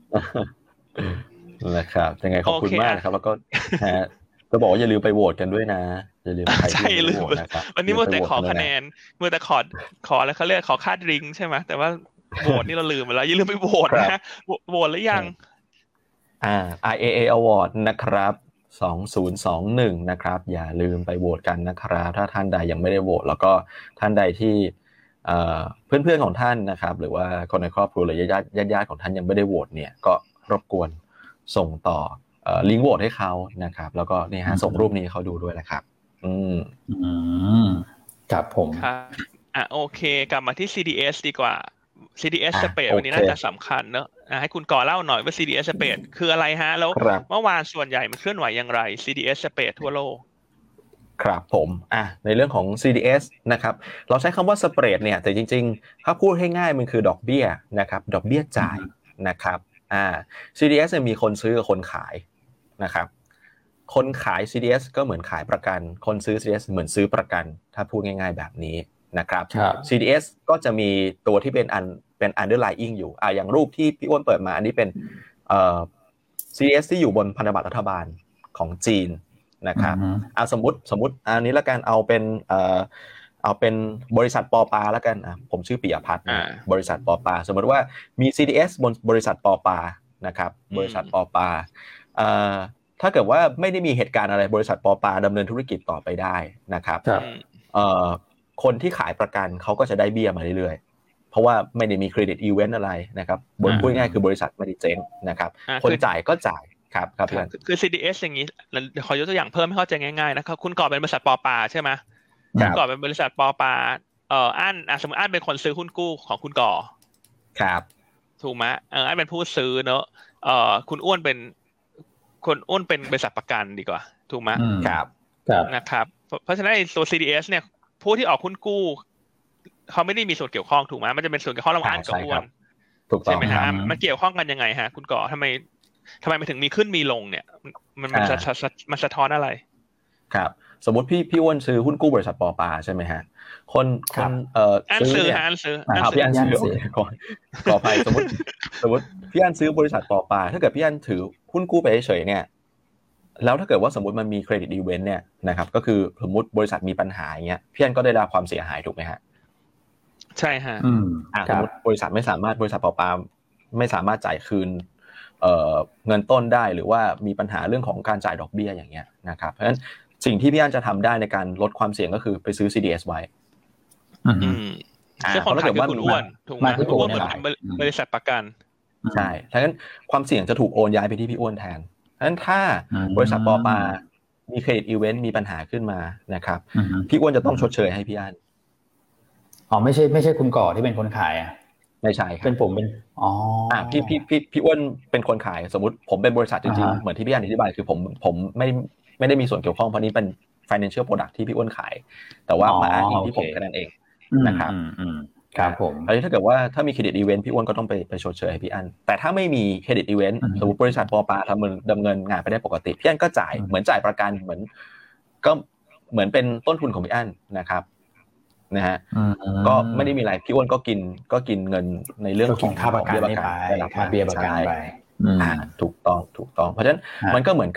นะครับยังไงขอบคุณมากนะครับแล้วก็ฮะจะบอกว่าอย่าลืมไปโหวตกันด้วยนะอย่าลืมใช่ลืมวันนี้มัวแต่ขอคะแนนมัวแต่ขอขอแล้วเขาเรียกขอค่าดริงใช่ไหมแต่ว่าโหวตนี่เราลืมไปแล้วอย่าลืมไปโหวตนะโหวตหรือยังอ่า ไอ เอ เอ Award นะครับสองพันยี่สิบเอ็ดนะครับอย่าลืมไปโหวตกันนะครับถ้าท่านใดยังไม่ได้โหวตแล้วก็ท่านใดที่เพื่อนๆของท่านนะครับหรือว่าคนในครอบครัวหรือญาติญาติของท่านยังไม่ได้โหวตเนี่ยก็รบกวนส่งต่อลิงก์โหวตให้เขานะครับแล้วก็นี่ฮะส่งรูปนี้เขาดูด้วยนะครับอืมอืมครับผมครับอ่ะโอเคกลับมาที่ ซี ดี เอส ดีกว่า ซี ดี เอส Space วันนี้น่าจะสำคัญเนอะให้คุณก่อเล่าหน่อยว่า ซี ดี เอส Space คืออะไรฮะแล้วเมื่อวานส่วนใหญ่มันเคลื่อนไหวอย่างไร ซี ดี เอส Space ทั่วโลกครับผมอ่ะในเรื่องของ ซี ดี เอส นะครับเราใช้คำว่า Spread เนี่ยแต่จริงๆถ้าพูดให้ง่ายมันคือดอกเบี้ยนะครับดอกเบี้ยจ่ายนะครับอ่า ซี ดี เอส เนี่ยมีคนซื้อกับคนขายนะครับคนขาย ซี ดี เอส ก็เหมือนขายประกันคนซื้อ ซี ดี เอส เหมือนซื้อประกันถ้าพูดง่ายๆแบบนี้นะครับ ซี ดี เอส ก็จะมีตัวที่เป็นอันเป็น underlying อยู่อ่ะอย่างรูปที่พี่อ้วนเปิดมาอันนี้เป็นเอ่อ ซี ดี เอส ที่อยู่บนพันธบัตรรัฐบาลของจีนนะครับอ่ะสมมุติสมมุติอันนี้ละกันเอาเป็นเอ่อเอาเป็นบริษัทปอปาละกันอ่ะผมชื่อปิยพัฒน์บริษัทปอปาสมมติว่ามี ซี ดี เอส บนบริษัทปอปานะครับบริษัทปอปาเอ่อถ้าเกิดว่าไม่ได้มีเหตุการณ์อะไรบริษัทปอปาดำเนินธุรกิจต่อไปได้นะครับเอ่อคนที่ขายประกันเขาก็จะได้เบี้ยมาเรื่อยๆเพราะว่าไม่ได้มีเครดิตอีเวนต์อะไรนะครับบนพูดง่ายคือบริษัทไม่ได้เจ๊งนะครับคนจ่ายก็จ่ายครับครับคือ ซี ดี เอส อย่างนี้ขอยกตัวอย่างเพิ่มให้เข้าใจง่ายๆนะครับคุณก่อเป็นบริษัทปอปาใช่ไหมคุณก่อเป็นบริษัทปอปาเอ่ออั้นสมมติอั้นเป็นคนซื้อหุ้นกู้ของคุณก่อครับถูกไหมเอออั้นเป็นผู้ซื้อเนอะเอ่อคุณอ้วนเป็นคนอ้วนเป็นบริษัทประกันดีกว่าถูกไหมครับนะครับเพราะฉะนั้นตัว ซี ดี เอส เนี่ยผู้ที่ออกหุ้นกู้เขาไม่ได้มีส่วนเกี่ยวข้องถูกไหมมันจะเป็นส่วนเกี่ยวข้องระหว่างอั้นกับอ้วนใช่ไหมฮะมันเกี่ยวข้องกันยังไงฮะคุณก่อทำไมทำไมมันถึงมีขึ้นมีลงเนี่ยมันมันมันสะท้อนอะไรครับสมมติพี่พี่อ้วนซื้อหุ้นกู้บริษัทปอปาใช่ไหมฮะคนคนเอ่อซื้อเนี่ยอันซื้ออ่าพี่อันซื้อขอขออภัยสมมติสมมติพี่อันซื้อบริษัทปอปาถ้าเกิดพี่อันถือหุ้นกู้ไปเฉยๆเนี่ยแล้วถ้าเกิดว่าสมมติมันมีเครดิตอีเวนต์เนี่ยนะครับก็คือสมมติบริษัทมีปัญหาอย่างเงี้ยพี่อันก็ได้รับความเสียหายถูกไหมฮะใช่ฮะอืมอ่าสมมติบริษัทไม่สามารถบริษัทปอปาไม่สามารถจ่ายคืนเอ่อเงินต้นได้หรือว่ามีปัญหาเรื่องของการจ่ายดอกเบี้ยอย่างเงี้ยนะครับเพราะฉะนั้นสิ่งที่พี่อันจะทำได้ในการลดความเสี่ยงก็คือไปซื้อ ซี ดี เอส ไว้อืมซึ่งคนขายคือคุณอ้วนถูกไหมคุณอ้วนเป็นบริษัทประกันใช่เพราะฉะนั้นความเสี่ยงจะถูกโอนย้ายไปที่พี่อ้วนแทนเพราะฉะนั้นถ้าบริษัทปอปามีเครดิตอีเวนต์มีปัญหาขึ้นมานะครับพี่อ้วนจะต้องชดเชยให้พี่อันอ๋อไม่ใช่ไม่ใช่คุณก่อที่เป็นคนขายอ่ะไม่ใช่ครับเป็นผมเป็นอ๋ออ่าพี่พี่พี่พี่อ้วนเป็นคนขายสมมุติผมเป็นบริษัทจริงๆเหมือนที่พี่อันอธิบายคือผมผมไม่ไม่ได้มีส่วนเกี่ยวข้องเพราะนี้เป็น financial product ที่พี่อ้วนขายแต่ว่ามาอ้างอิงที่ผมแค่นั้นเองนะครับครับผมอันนี้ถ้าเกิดว่าถ้ามีเครดิตอีเวนต์พี่อ้วนก็ต้องไปไปชดเชยให้พี่อันแต่ถ้าไม่มีเครดิตอีเวนต์สมมุติบริษัทปอปาทำดำเนินงานไปได้ปกติพี่อันก็จ่ายเหมือนจ่ายประกันเหมือนก็เหมือนเป็นต้นทุนของพี่อันนะครับนะฮะก็ไม่ได้มีอะไรพี่อ้วนก็กินก็กินเงินในเรื่องของค่าประกันไปได้รับเบี้ยประกันไปอ่าถูกต้องถูกต้องเพราะฉะนั้นมันก็เหมือนกับ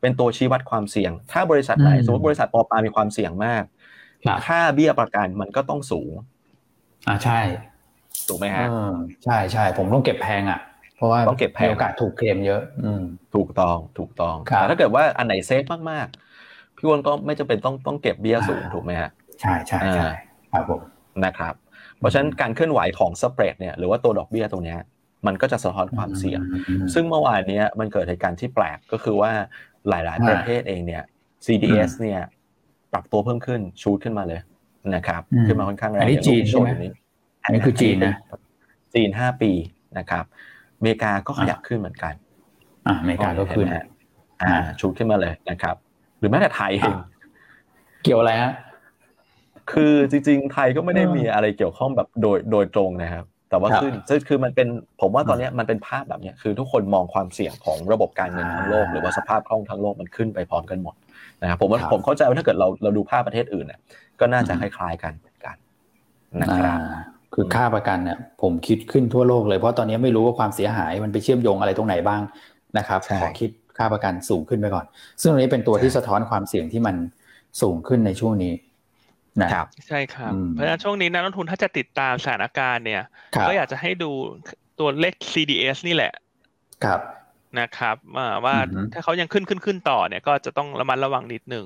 เป็นตัวชี้วัดความเสี่ยงถ้าบริษัทไหนสมมติบริษัทปอปามีความเสี่ยงมากค่าเบี้ยประกันมันก็ต้องสูงอ่าใช่ถูกไหมฮะใช่ใช่ผมต้องเก็บแพงอ่ะเพราะว่าต้องเก็บแพงมีโอกาสถูกเคลมเยอะอืมถูกต้องถูกต้องแต่ถ้าเกิดว่าอันไหนเซฟมากๆพี่วอนก็ไม่จำเป็นต้องต้องเก็บเบี้ยสูงถูกไหมฮะใช่ใช่ใช่ครับผมนะครับเพราะฉะนั้นการเคลื่อนไหวของสเปรดเนี่ยหรือว่าตัวดอกเบี้ยตรงนี้มันก็จะสะท้อนความเสี่ยงซึ่งเมื่อวานนี้มันเกิดเหตุการณ์ที่แปลกก็คือว่าหลายๆประเทศเองเนี่ย ซี ดี เอส เนี่ยปรับตัวเพิ่มขึ้นชูดขึ้นมาเลยนะครับขึ้นมาค่อนข้างแรงอันนี้จีนใช่ไหมอันนี้คือจีนนะจีนห้าปีนะครับอเมริกาก็ขยับขึ้นเหมือนกันอ่าอเมริกาก็ขึ้นอ่าชูดขึ้นมาเลยนะครับหรือแม้แต่ไทยเองเกี่ยวอะไรฮะคือจริงๆไทยก็ไม่ได้มีอะไรเกี่ยวข้องแบบโดยโดยตรงนะครับแต่ว่าขึ้นคือมันเป็นผมว่าตอนนี้มันเป็นภาพแบบนี้คือทุกคนมองความเสี่ยงของระบบการเงินทั้งโลกหรือว่าสภาพคล่องทั้งโลกมันขึ้นไปพร้อมกันหมดนะครับผมว่าผมเข้าใจว่าถ้าเกิดเราเราดูภาพประเทศอื่นเนี่ยก็น่าจะคล้ายๆกันเหมือนกันนะครับคือค่าประกันเนี่ยผมคิดขึ้นทั่วโลกเลยเพราะตอนนี้ไม่รู้ว่าความเสียหายมันไปเชื่อมโยงอะไรตรงไหนบ้างนะครับขอคิดค่าประกันสูงขึ้นไปก่อนซึ่งอันนี้เป็นตัวที่สะท้อนความเสี่ยงที่มันสูงขึ้นในช่วงนี้นะครับใช่ครับเพราะฉะนั้นช่วงนี้นักลงทุนถ้าจะติดตามสถานการณ์เนี่ยก็อยากจะให้ดูตัวเลข ซี ดี เอส นี่แหละครับนะครับว่าถ้าเขายังขึ้นขึ้นขึ้นต่อเนี่ยก็จะต้องระมัดระวังนิดนึง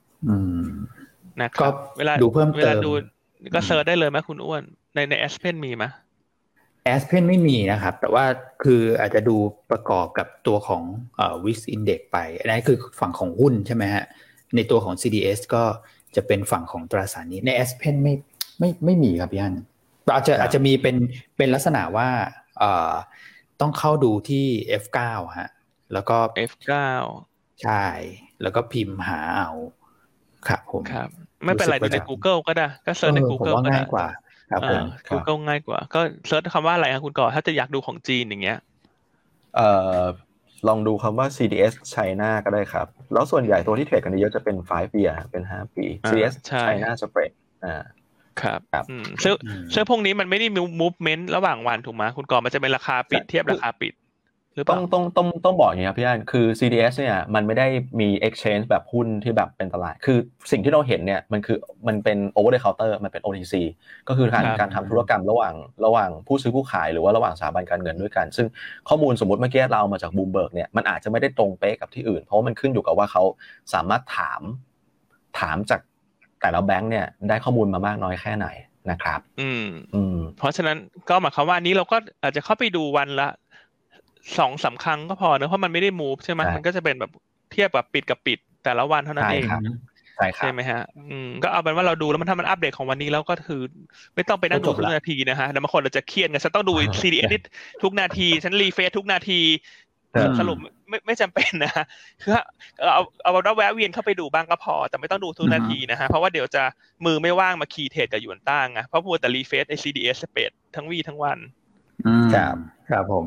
นะครับเวลาดูเพิ่มเติมเวลาดูก็เซิร์ชได้เลยไหมคุณอ้วนในใน Aspen มีไหม Aspen ไม่มีนะครับแต่ว่าคืออาจจะดูประกอบกับตัวของเอ่อ วี ไอ เอ็กซ์ Index ไปอันนี้คือฝั่งของหุ้นใช่ไหมฮะในตัวของ ซี ดี เอส ก็จะเป็นฝั่งของตราสารหนี้ใน Aspen ไม่ไม่ไม่มีครับพี่อันอาจจะอาจจะมีเป็นเป็นลักษณะว่าเอ่อต้องเข้าดูที่ เอฟ ไนน์ ฮะแล้วก็เอฟ ไนน์ใช่แล้วก็พิมพ์หาเอาครับผมครับไม่เป็นไรดูใน Google ก็ได้ก็เซิร์ชใน Google ก็ง่ายกว่าครับผม Google ง่ายกว่าก็เซิร์ชคำว่าอะไรครับคุณก่อถ้าจะอยากดูของจีนอย่างเงี้ยเอ่อลองดูคำว่า ซี ดี เอส China ก็ได้ครับแล้วส่วนใหญ่ตัวที่เทรดกันเยอะจะเป็นห้า year เป็นห้าปี ซี ดี เอส China Spread อ่าครับอืมซึ่งซึ่งพวกนี้มันไม่ได้มี movement ระหว่างวันถูกไหมคุณก่อมันจะเป็นราคาปิดเทียบราคาปิดต้องต้องต้องต้องบอกอย่างนี้ครับพี่อันคือ ซี ดี เอส เนี่ยมันไม่ได้มี exchange แบบหุ้นที่แบบเป็นตลาดคือสิ่งที่เราเห็นเนี่ยมันคือมันเป็น over the counter มันเป็น โอ ที ซี ก็คือการการทำธุรกรรมระหว่างระหว่างผู้ซื้อผู้ขายหรือว่าระหว่างสถาบันการเงินด้วยกันซึ่งข้อมูลสมมติเมื่อกี้เราเอามาจาก Bloomberg เนี่ยมันอาจจะไม่ได้ตรงเป๊ะกับที่อื่นเพราะมันขึ้นอยู่กับว่าเขาสามารถถามถามจากแต่ละแบงค์เนี่ยได้ข้อมูลมามากน้อยแค่ไหนนะครับอืมอืมเพราะฉะนั้นก็หมายความว่านี้เราก็อาจจะเข้าไปดูวันละสองสามครั้งก็พอเนอะเพราะมันไม่ได้ move ใช่ไหมมันก็จะเป็นแบบเทียบกับปิดกับปิดแต่ละวันเท่านั้นเองใช่ครับใช่ไหมฮะอืมก็เอาเป็นว่าเราดูแล้วมันถ้ามันอัปเดตของวันนี้แล้วก็คือไม่ต้องไปนั่งดูทุกนาทีนะฮะแล้วบางคนเราจะเครียดไงฉันต้องดู ซี ดี เอส ทุกนาทีฉันรีเฟรชทุกนาทีสรุปไม่ไม่จำเป็นนะคือเอาเอาเราแวะเวียนเข้าไปดูบ้างก็พอแต่ไม่ต้องดูทุกนาทีนะฮะเพราะว่าเดี๋ยวจะมือไม่ว่างมาคีย์เทรดกับหยวนต้าไงเพราะมัวแต่รีเฟรชไอ้ ซี ดี เอส สเปรดทั้งวี่ทั้งวันครับครับผม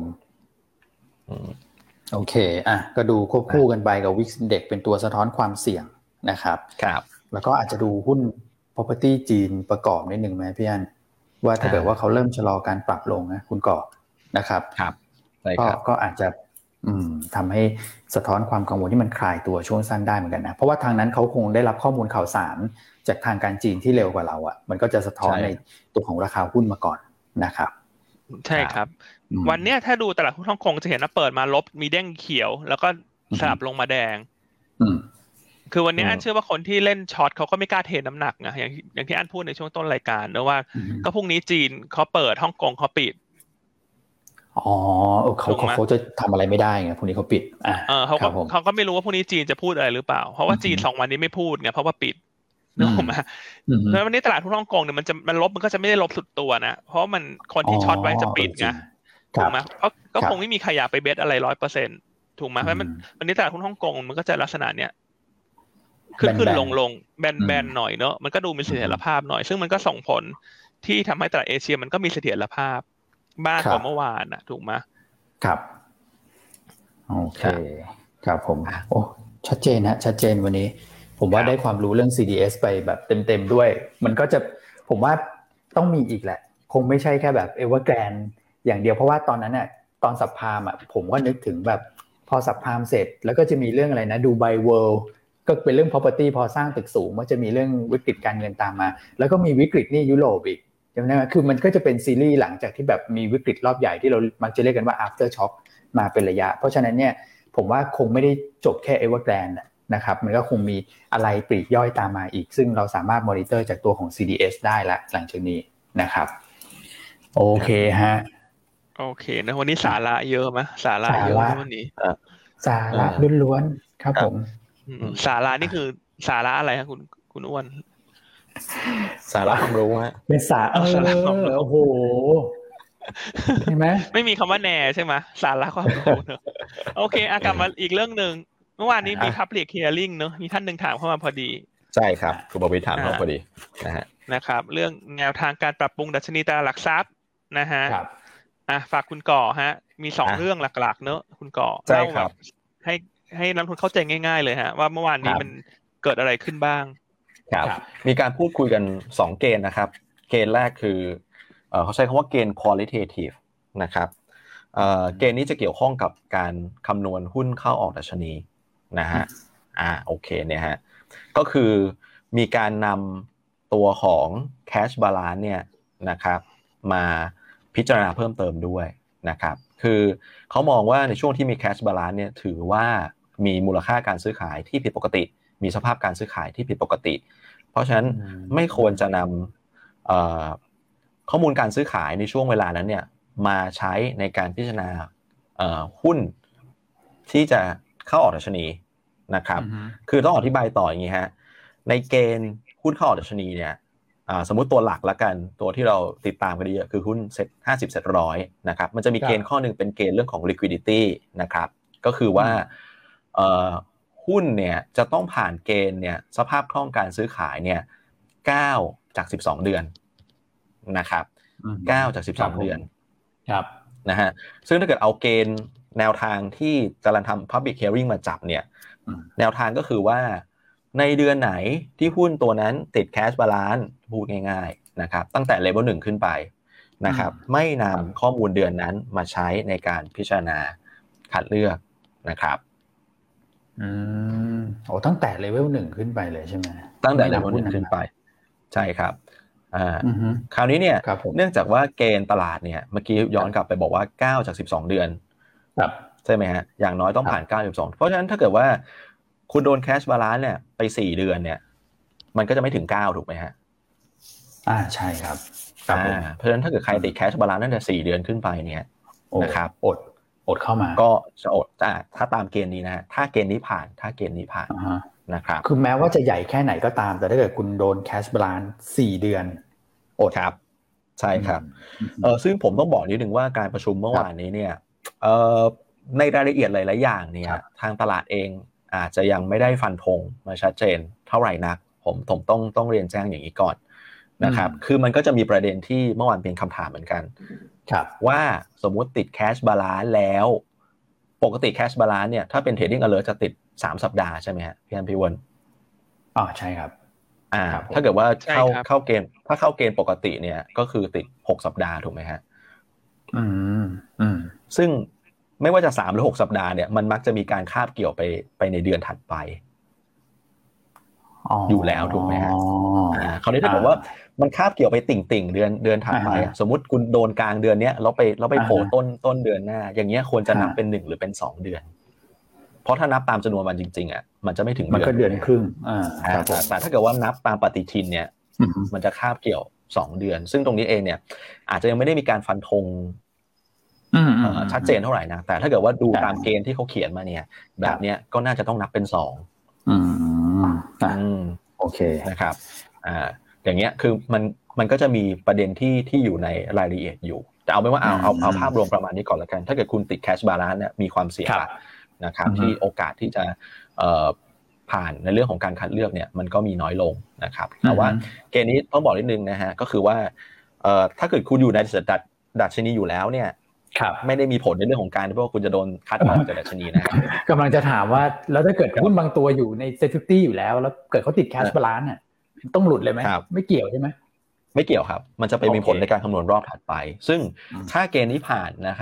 โอเคอ่ะก็ดูควบคู่กันไปกับ วี ไอ เอ็กซ์ Index เป็นตัวสะท้อนความเสี่ยงนะครับครับแล้วก็อาจจะดูหุ้น property จีนประกอบนิดนึงไหมพี่อันว่าถ้าเกิดว่าเขาเริ่มชะลอการปรับลงนะคุณก่อนะครับครับใช่ครับก็อาจจะอืมทำให้สะท้อนความกังวลที่มันคลายตัวช่วงสั้นได้เหมือนกันนะเพราะว่าทางนั้นเขาคงได้รับข้อมูลข่าวสารจากทางการจีนที่เร็วกว่าเราอ่ะมันก็จะสะท้อนในตัวของราคาหุ้นมาก่อนนะครับใช่ครับวันเนี้ยถ้าดูตลาดหุ้นฮ่องกงจะเห็นว่าเปิดมาลบมีเด้งเขียวแล้วก็สลับลงมาแดงคือวันนี้อันเชื่อว่าคนที่เล่นช็อตเขาก็ไม่กล้าเทน้ำหนักนะอย่างอย่างที่อันพูดในช่วงต้นรายการนะว่าก็พรุ่งนี้จีนเขาเปิดฮ่องกงเขาปิดอ๋อเขาเขาจะทำอะไรไม่ได้ไงพรุ่งนี้เขาปิดอ่าเออเขาก็เขาก็ไม่รู้ว่าพรุ่งนี้จีนจะพูดอะไรหรือเปล่าเพราะว่าจีนสองวันนี้ไม่พูดไงเพราะว่าปิดนึกออกไหมเพราะวันนี้ตลาดหุ้นฮ่องกงเนี่ยมันจะมันลบมันก็จะไม่ได้ลบสุดตัวนะเพราะมันคนที่ช็อตไว้จะปิดไงถูกไหมเพราะก็คงไม่มีใครอยากไปเบสอะไรร้อยเปอร์เซ็นต์ถูกไหมเพราะมันวันนี้ตลาดหุ้นฮ่องกงมันก็จะลักษณะเนี้ยขึ้นขึ้นลงลงแบนแบนหน่อยเนอะมันก็ดูมีเสถียรภาพหน่อยซึ่งมันก็ส่งผลที่ทำให้ตลาดเอเชียมันก็มีเสถียรภาพมากกว่าเมื่อวานนะถูกไหมครับโอเคครับผมโอ้ชัดเจนนะชัดเจนวันนี้ผมว่าได้ความรู้เรื่อง ซี ดี เอส ไปแบบเต็มๆด้วยมันก็จะผมว่าต้องมีอีกแหละคงไม่ใช่แค่แบบ Evergrande อย่างเดียวเพราะว่าตอนนั้นน่ะตอนสัปพามอ่ะผมก็นึกถึงแบบพอซับไพรม์เสร็จแล้วก็จะมีเรื่องอะไรนะดูไบเวิลด์ก็เป็นเรื่อง property พอสร้างตึกสูงมันจะมีเรื่องวิกฤตการเงินตามมาแล้วก็มีวิกฤตนี่ยุโรปอีกจำได้ไหมคือมันก็จะเป็นซีรีส์หลังจากที่แบบมีวิกฤตรอบใหญ่ที่เรามักจะเรียกกันว่า after shock มาเป็นระยะเพราะฉะนั้นเนี่ยผมว่าคงไม่ได้จบแค่ Evergrande นะครับมันก็คงมีอะไรปลีกย่อยตามมาอีกซึ่งเราสามารถมอนิเตอร์จากตัวของ ซี ดี เอส ได้ละหลังจากนี้นะครับโอเคฮะโอเคนะวันนี้สาระเยอะมั้ยสาระเยอะวันนี้สาระล้วนๆครับผมสาระนี่คือสาระอะไรครับคุณคุณอ้วนสาระความรู้ฮะเป็นสาระโอ้โหเห็นไหมไม่มีคำว่าแน่ใช่ไหมสาระความรู้เนอะโอเคอ่ะกลับมาอีกเรื่องนึงเมื่อวานนี้มี Public Hearing เนอะมีท่านนึงถามเข้ามาพอดีใช่ครับคุณประวิตรถามเข้าพอดีนะฮะนะครับเรื่องแนวทางการปรับปรุงดัชนีตลาดหลักทรัพย์นะฮะอ่ะฝากคุณก่อฮะมีสองเรื่องหลักๆเนอะคุณก่อใช่ครับให้ให้นักลงทุนเข้าใจง่ายๆเลยฮะว่าเมื่อวานนี้มันเกิดอะไรขึ้นบ้างครับมีการพูดคุยกันสองเกณฑ์นะครับเกณฑ์แรกคือเอ่อเขาใช้คำว่าเกณฑ์ qualitative นะครับเอ่อเกณฑ์นี้จะเกี่ยวข้องกับการคำนวณหุ้นเข้าออกดัชนีนะฮะอ่าโอเคเนี่ยฮะก็คือมีการนำตัวของ cash balance เนี่ยนะครับมาพิจารณาเพิ่มเติมด้วยนะครับคือเขามองว่าในช่วงที่มี cash balance เนี่ยถือว่ามีมูลค่าการซื้อขายที่ผิดปกติมีสภาพการซื้อขายที่ผิดปกติเพราะฉะนั้นไม่ควรจะนำเอ่อข้อมูลการซื้อขายในช่วงเวลานั้นเนี่ยมาใช้ในการพิจารณาเอ่อหุ้นที่จะเข้าออกดัชนีนะครับคือต้องอธิบายต่ออย่างนี้ฮะในเกณฑ์หุ้นเข้าออกดัชนีเนี่ยสมมุติตัวหลักละกันตัวที่เราติดตามกันเยอะคือหุ้นเซ็ตห้าสิบเซ็ตร้อยนะครับมันจะมีเกณฑ์ข้อนึงเป็นเกณฑ์เรื่องของ liquidity นะครับก็คือว่าเอ่อหุ้นเนี่ยจะต้องผ่านเกณฑ์เนี่ยสภาพคล่องการซื้อขายเนี่ยเก้าจากสิบสองเดือนนะครับเก้าจากสิบสองเดือนครับนะฮะซึ่งถ้าเกิดเอาเกณฑ์แนวทางที่กำลังทำ public hearing มาจับเนี่ยแนวทางก็คือว่าในเดือนไหนที่หุ้นตัวนั้นติด cash balance พูดง่ายๆนะครับตั้งแต่ level หนึ่งขึ้นไปนะครับไม่นำข้อมูลเดือนนั้นมาใช้ในการพิจารณาคัดเลือกนะครับอืมโอ้ตั้งแต่เลเวลหนึ่งขึ้นไปเลยใช่ไหมตั้งแต่เลเวลหนึ่งขึ้นไปใช่ครับอ่าคราวนี้เนี่ยเนื่องจากว่าเกณฑ์ตลาดเนี่ยเมื่อกี้ย้อนกลับไปบอกว่าเก้าจากสิบสองเดือนครับใช่ไหมฮะอย่างน้อยต้องผ่านเก้า สิบสองเพราะฉะนั้นถ้าเกิดว่าคุณโดนแคชบาลานซ์เนี่ยไปสี่เดือนเนี่ยมันก็จะไม่ถึงเก้าถูกไหมฮะอ่าใช่ครับอ่าเพราะฉะนั้นถ้าเกิดใครติดแคชบาลานซ์ตั้งแต่สี่เดือนขึ้นไปเนี่ยนะครับอดอดเข้ามาก็จะอดอ่าถ้าตามเกณฑ์นี้นะถ้าเกณฑ์นี้ผ่านถ้าเกณฑ์นี้ผ่านนะครับคือแม้ว่าจะใหญ่แค่ไหนก็ตามแต่ถ้าเกิดคุณโดนแคชบาลานซ์สี่เดือนอดครับใช่ครับเออซึ่งผมต้องบอกนิดนึงว่าการประชุมเมื่อวานนี้เนี่ยเอ่อในรายละเอียดหลายๆอย่างเนี่ยทางตลาดเองอาจจะยังไม่ได้ฟันธงมาชัดเจนเท่าไหร่นักผมผมต้องต้องเรียนแจ้งอย่างนี้ก่อนนะครับคือมันก็จะมีประเด็นที่เมื่อวานเป็นคำถามเหมือนกันว่าสมมุติติดแคชบาลานซ์แล้วปกติแคชบาลานซ์เนี่ยถ้าเป็น Trading Alert จะติดสามสัปดาห์ใช่ไหมฮะพี่อันพี่วนอ๋อใช่ครับอ่าถ้าเกิดว่าเข้าเข้าเกณฑ์ถ้าเข้าเกณฑ์ปกติเนี่ยก็คือติดหกสัปดาห์ถูกไหมฮะอืมอืมซึ่งไม่ว่าจะสามหรือหกสัปดาห์เนี่ยมันมักจะมีการคาบเกี่ยวไปไปในเดือนถัดไปอยู่แล้วถูกไหมฮะอ่าคราวนี้ถ้าเกิดว่ามันคาบเกี่ยวไปติ่งๆเดือนเดือนถัดไปสมมุติคุณโดนกลางเดือนเนี้ยแล้วไปแล้วไปโผล่ต้นต้นเดือนหน้าอย่างเงี้ยควรจะนับเป็นหนึ่งหรือเป็นสองเดือนเพราะถ้านับตามจำนวนวันจริงๆอ่ะมันจะไม่ถึงเดือนมันก็เดือนครึ่งอ่าแต่ถ้าเกิดว่านับตามปฏิทินเนี่ยมันจะคาบเกี่ยวสองเดือนซึ่งตรงนี้เองเนี่ยอาจจะยังไม่ได้มีการฟันธงชัดเจนเท่าไหร่นะแต่ถ้าเกิดว่าดูตามเกณฑ์ที่เขาเขียนมาเนี่ยแบบเนี้ยก็น่าจะต้องนับเป็นสองอืมอ่าโอเคนะครับอ่าอย่างเงี้ยคือมันมันก็จะมีประเด็นที่ที่อยู่ในรายละเอียดอยู่แต่เอาเป็นว่าเอาเอาเอาภาพรวมประมาณนี้ก่อนละกันถ้าเกิดคุณติดแคชบาลานซ์เนี่ยมีความเสี่ยงนะครับที่โอกาสที่จะเอ่อผ่านในเรื่องของการคัดเลือกเนี่ยมันก็มีน้อยลงนะครับแต่ว่าเกณฑ์นี้ต้องบอกนิดนึงนะฮะก็คือว่าเอ่อถ้าเกิดคุณอยู่ในดัชดัชนีอยู่แล้วเนี่ยไม่ได้มีผลในเรื่องของการที่ว่าคุณจะโดนคัดออกจากดัชนีนะกำลังจะถามว่าแล้วถ้าเกิดหุ้นบางตัวอยู่ในเซ็ตฟิฟตี้อยู่แล้วแล้วเกิดเขาติดแคชบาลานซ์เนี่ยต้องหลุดเลยไหมไม่เกี่ยวใช่ไหมไม่เกี่ยวครับมันจะไปมีผลในการคำนวณรอบถัดไปซึ่งถ้าเกณฑ์นี้ผ่านนะครับ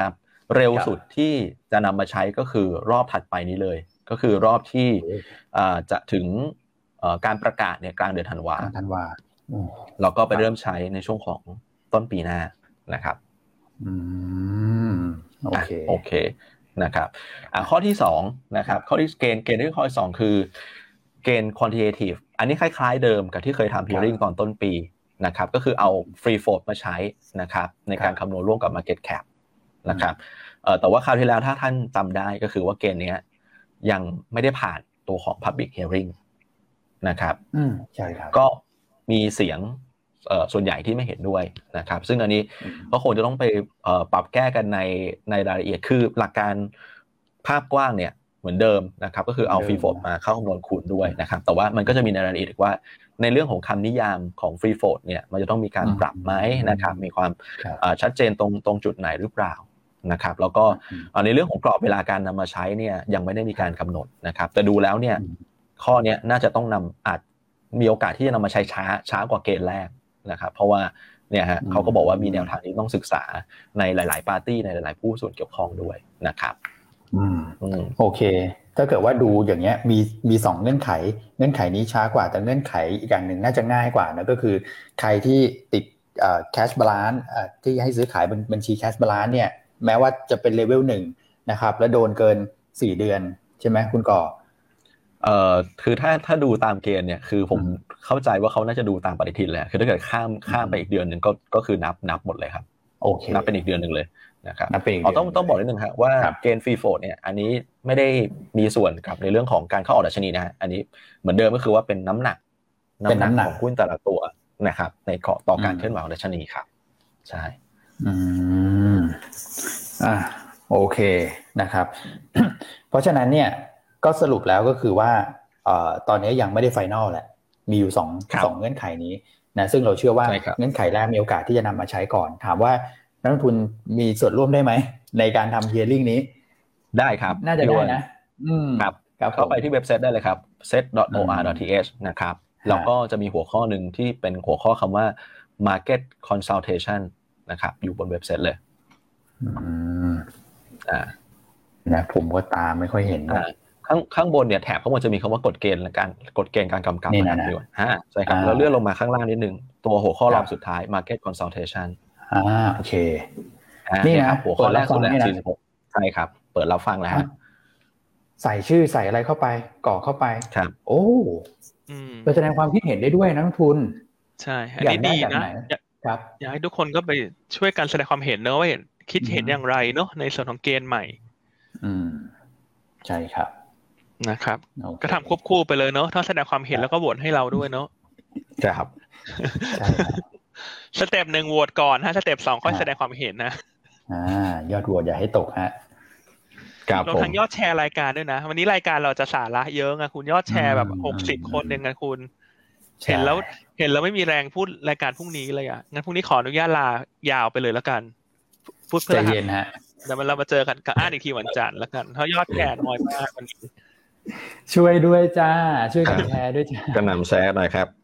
เร็วสุดที่จะนำมาใช้ก็คือรอบถัดไปนี้เลยก็คือรอบที่จะถึงการประกาศเนี่ยกลางเดือนธันวาธันวาแล้วก็ไปเริ่มใช้ในช่วงของต้นปีหน้านะครับอืมโอเคโอเคนะครับข้อที่สองนะครับข้อที่เกณฑ์เกณฑ์ที่ข้อที่สองคือเกณฑ์ quantitative อันนี้คล้ายๆเดิมกับที่เคยทำ hearing ตอนต้นปีนะครับก็คือเอา free float มาใช้นะครับในการคำนวณร่วมกับ market cap นะครับเอ่อแต่ว่าคราวที่แล้วถ้าท่านจำได้ก็คือว่าเกณฑ์นี้ยังไม่ได้ผ่านตัวของ public hearing นะครับอืมใช่ครับก็มีเสียงเอ่อส่วนใหญ่ที่ไม่เห็นด้วยนะครับซึ่งอันนี้ก็คงจะต้องไปเอ่อปรับแก้กันในในรายละเอียดคือหลักการภาพกว้างเนี่ยเหมือนเดิมนะครับก็คือเอา free float มาเข้าคำนวณคูณด้วยนะครับแต่ว่ามันก็จะมีในรายละเอียดว่าในเรื่องของคำนิยามของ free float เนี่ยมันจะต้องมีการปรับไหมนะครับมีความชัดเจนตรงตรงจุดไหนหรือเปล่านะครับแล้วก็ในเรื่องของกรอบเวลาการนำมาใช้เนี่ยยังไม่ได้มีการกำหนดนะครับแต่ดูแล้วเนี่ยข้อนี้น่าจะต้องนำอาจมีโอกาสที่จะนำมาใช้ช้าช้ากว่าเกณฑ์แรกนะครับเพราะว่าเนี่ยฮะเขาก็บอกว่ามีแนวทางที่ต้องศึกษาในหลายๆปาร์ตี้ในหลายๆผู้ส่วนเกี่ยวข้องด้วยนะครับอืมโอเคถ้าเกิดว่าดูอย่างเงี้ยมีมีสองเงื่อนไขเงื่อนไขนี้ช้ากว่าแต่เงื่อนไขอีกอย่างหนึ่งน่าจะง่ายกว่านะก็คือใครที่ติดเอ่อ cash balance เอ่อที่ให้ซื้อขายบัญชี cash balance เนี่ยแม้ว่าจะเป็นเลเวลหนึ่งนะครับแล้วโดนเกินสี่เดือนใช่ไหมคุณก่อเอ่อคือถ้าถ้าดูตามเกณฑ์เนี่ยคือผมเข้าใจว่าเขาน่าจะดูตามปฏิทินแหละคือถ้าเกิดข้ามข้ามไปอีกเดือนนึงก็ก็คือนับนับหมดเลยครับโอเคนับเป็นอีกเดือนนึงเลยนะครับอ๋อต้องต้องบอกนิดนึงครับว่าเกณฑ์ฟรีโฟลต์เนี่ยอันนี้ไม่ได้มีส่วนกับในเรื่องของการเข้าออกดัชนีนะอันนี้เหมือนเดิมก็คือว่าเป็นน้ำหนักน้ำหนักของหุ้นแต่ละตัวนะครับในเกาะต่อการเคลื่อนไหวของดัชนีครับใช่อืมอ่าโอเคนะครับเพราะฉะนั้นเนี่ยก็สรุปแล้วก็คือว่าเอ่อตอนนี้ยังไม่ได้ไฟนอลแหละมีอยู่สองสองเงื่อนไขนี้นะซึ่งเราเชื่อว่าเงื่อนไขแรกมีโอกาสที่จะนำมาใช้ก่อนถามว่านักลงทุนมีส่วนร่วมได้ไหมในการทำ hearing นี้ได้ครับน่าจะได้นะอืมครับเข้าไปที่เว็บไซต์ได้เลยครับ เซ็ต ดอท โอ อาร์ ดอท ที เอช นะครับแล้วก็จะมีหัวข้อหนึ่งที่เป็นหัวข้อคำว่า market consultation นะครับอยู่บนเว็บไซต์เลยอืมอ่านะผมก็ตามไม่ค่อยเห็นอ่าข้างข้างบนเนี่ยแถบข้างบนจะมีคำว่ากฎเกณฑ์และการกฎเกณฑ์การกำกับนะครับด้วยฮะใช่ครับแล้วเลื่อนลงมาข้างล่างนิดนึงตัวหัวข้อรองสุดท้าย market consultation อ่าโอเคนี่นะหัวข้อแรกสุดเลยสี่สิบหกใช่ครับเปิดรับฟังแล้วฮะใส่ชื่อใส่อะไรเข้าไปกรอกเข้าไปครับโอ้ไปแสดงความคิดเห็นได้ด้วยนักลงทุนใช่อันนี้ดีนะครับอยากให้ทุกคนก็ไปช่วยกันแสดงความเห็นเนอะว่าเห็นคิดเห็นอย่างไรเนอะในส่วนของเกณฑ์ใหม่อืมใช่ครับนะครับก็ทำควบคู่ไปเลยเนอะถ้าแสดงความเห็นแล้วก็โหวตให้เราด้วยเนอะครับใช่ครับสเต็ปหนึ่งโหวตก่อนฮะสเต็ปสองค่อยแสดงความเห็นนะอ่ายอดโหวตอย่าให้ตกฮะรวมทั้งยอดแชร์รายการด้วยนะวันนี้รายการเราจะสาระเยอะไงคุณยอดแชร์แบบหกสิบคนเองไงคุณเห็นแล้วเห็นแล้วไม่มีแรงพูดรายการพรุ่งนี้เลยอ่ะงั้นพรุ่งนี้ขออนุญาตลายาวไปเลยแล้วกันพูดเพื่อใจเย็นฮะเดี๋ยวเรามาเจอกันกับอ่านอีกทีวันจันทร์แล้วกันเพราะยอดแชร์น้อยมากวันนี้ช่วยด้วยจ้าช่วยกันแชร์ด้วยจ้ากระหน่ำแชร์หน่อยครับ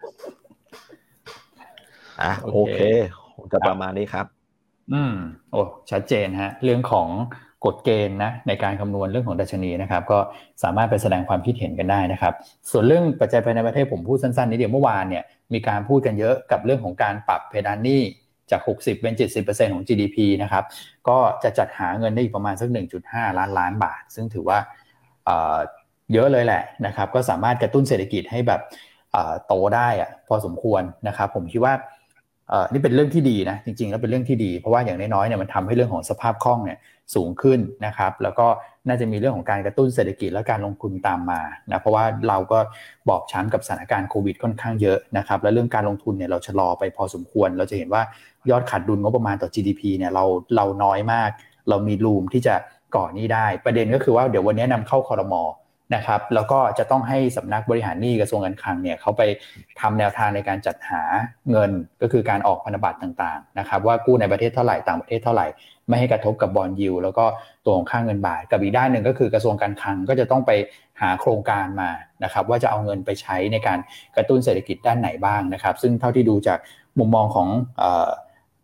อ่ะโอเคจะประมาณนี้ครับอืมโอ้ชัดเจนฮะเรื่องของกฎเกณฑ์นะในการคำนวณเรื่องของดัชนีนะครับก็สามารถไปแสดงความคิดเห็นกันได้นะครับส่วนเรื่องปัจจัยภายในประเทศผมพูดสั้นๆนิดเดียวเมื่อวานเนี่ยมีการพูดกันเยอะกับเรื่องของการปรับเพดานหนี้จากหกสิบเป็น เจ็ดสิบเปอร์เซ็นต์ ของ จี ดี พี นะครับก็จะจัดหาเงินได้อีกประมาณสัก หนึ่งจุดห้า ล้านล้านบาทซึ่งถือว่าเอ่อเยอะเลยแหละนะครับก็สามารถกระตุ้นเศรษฐกิจให้แบบเอ่อโตได้อะพอสมควรนะครับผมคิดว่าเอ่อนี่เป็นเรื่องที่ดีนะจริงๆแล้วเป็นเรื่องที่ดีเพราะว่าอย่างน้อยๆเนี่ยมันทำให้เรื่องของสภาพคล่องเนี่ยสูงขึ้นนะครับแล้วก็น่าจะมีเรื่องของการกระตุ้นเศรษฐกิจและการลงทุนตามมานะเพราะว่าเราก็บอบช้ำกับสถานการณ์โควิดค่อนข้างเยอะนะครับและเรื่องการลงทุนเนี่ยเราชะลอไปพอสมควรเราจะเห็นว่ายอดขาดดุลงบประมาณต่อ จี ดี พี เนี่ยเราเราน้อยมากเรามีรูมที่จะก่อหนี้ได้ประเด็นก็คือว่าเดี๋ยววันนี้นำเข้าครม.นะครับแล้วก็จะต้องให้สำนักบริหารหนี้กระทรวงการคลังเนี่ยเขาไปทำแนวทางในการจัดหาเงินก็คือการออกพันธบัตรต่างๆนะครับว่ากู้ในประเทศเท่าไหร่ต่างประเทศเท่าไหร่ไม่ให้กระทบกับบอนด์ยิลด์แล้วก็ตัวของค่าเงินบาทกับอีกด้านหนึ่งก็คือกระทรวงการคลังก็จะต้องไปหาโครงการมานะครับว่าจะเอาเงินไปใช้ในการกระตุ้นเศรษฐกิจด้านไหนบ้างนะครับซึ่งเท่าที่ดูจากมุมมองของเอ่อ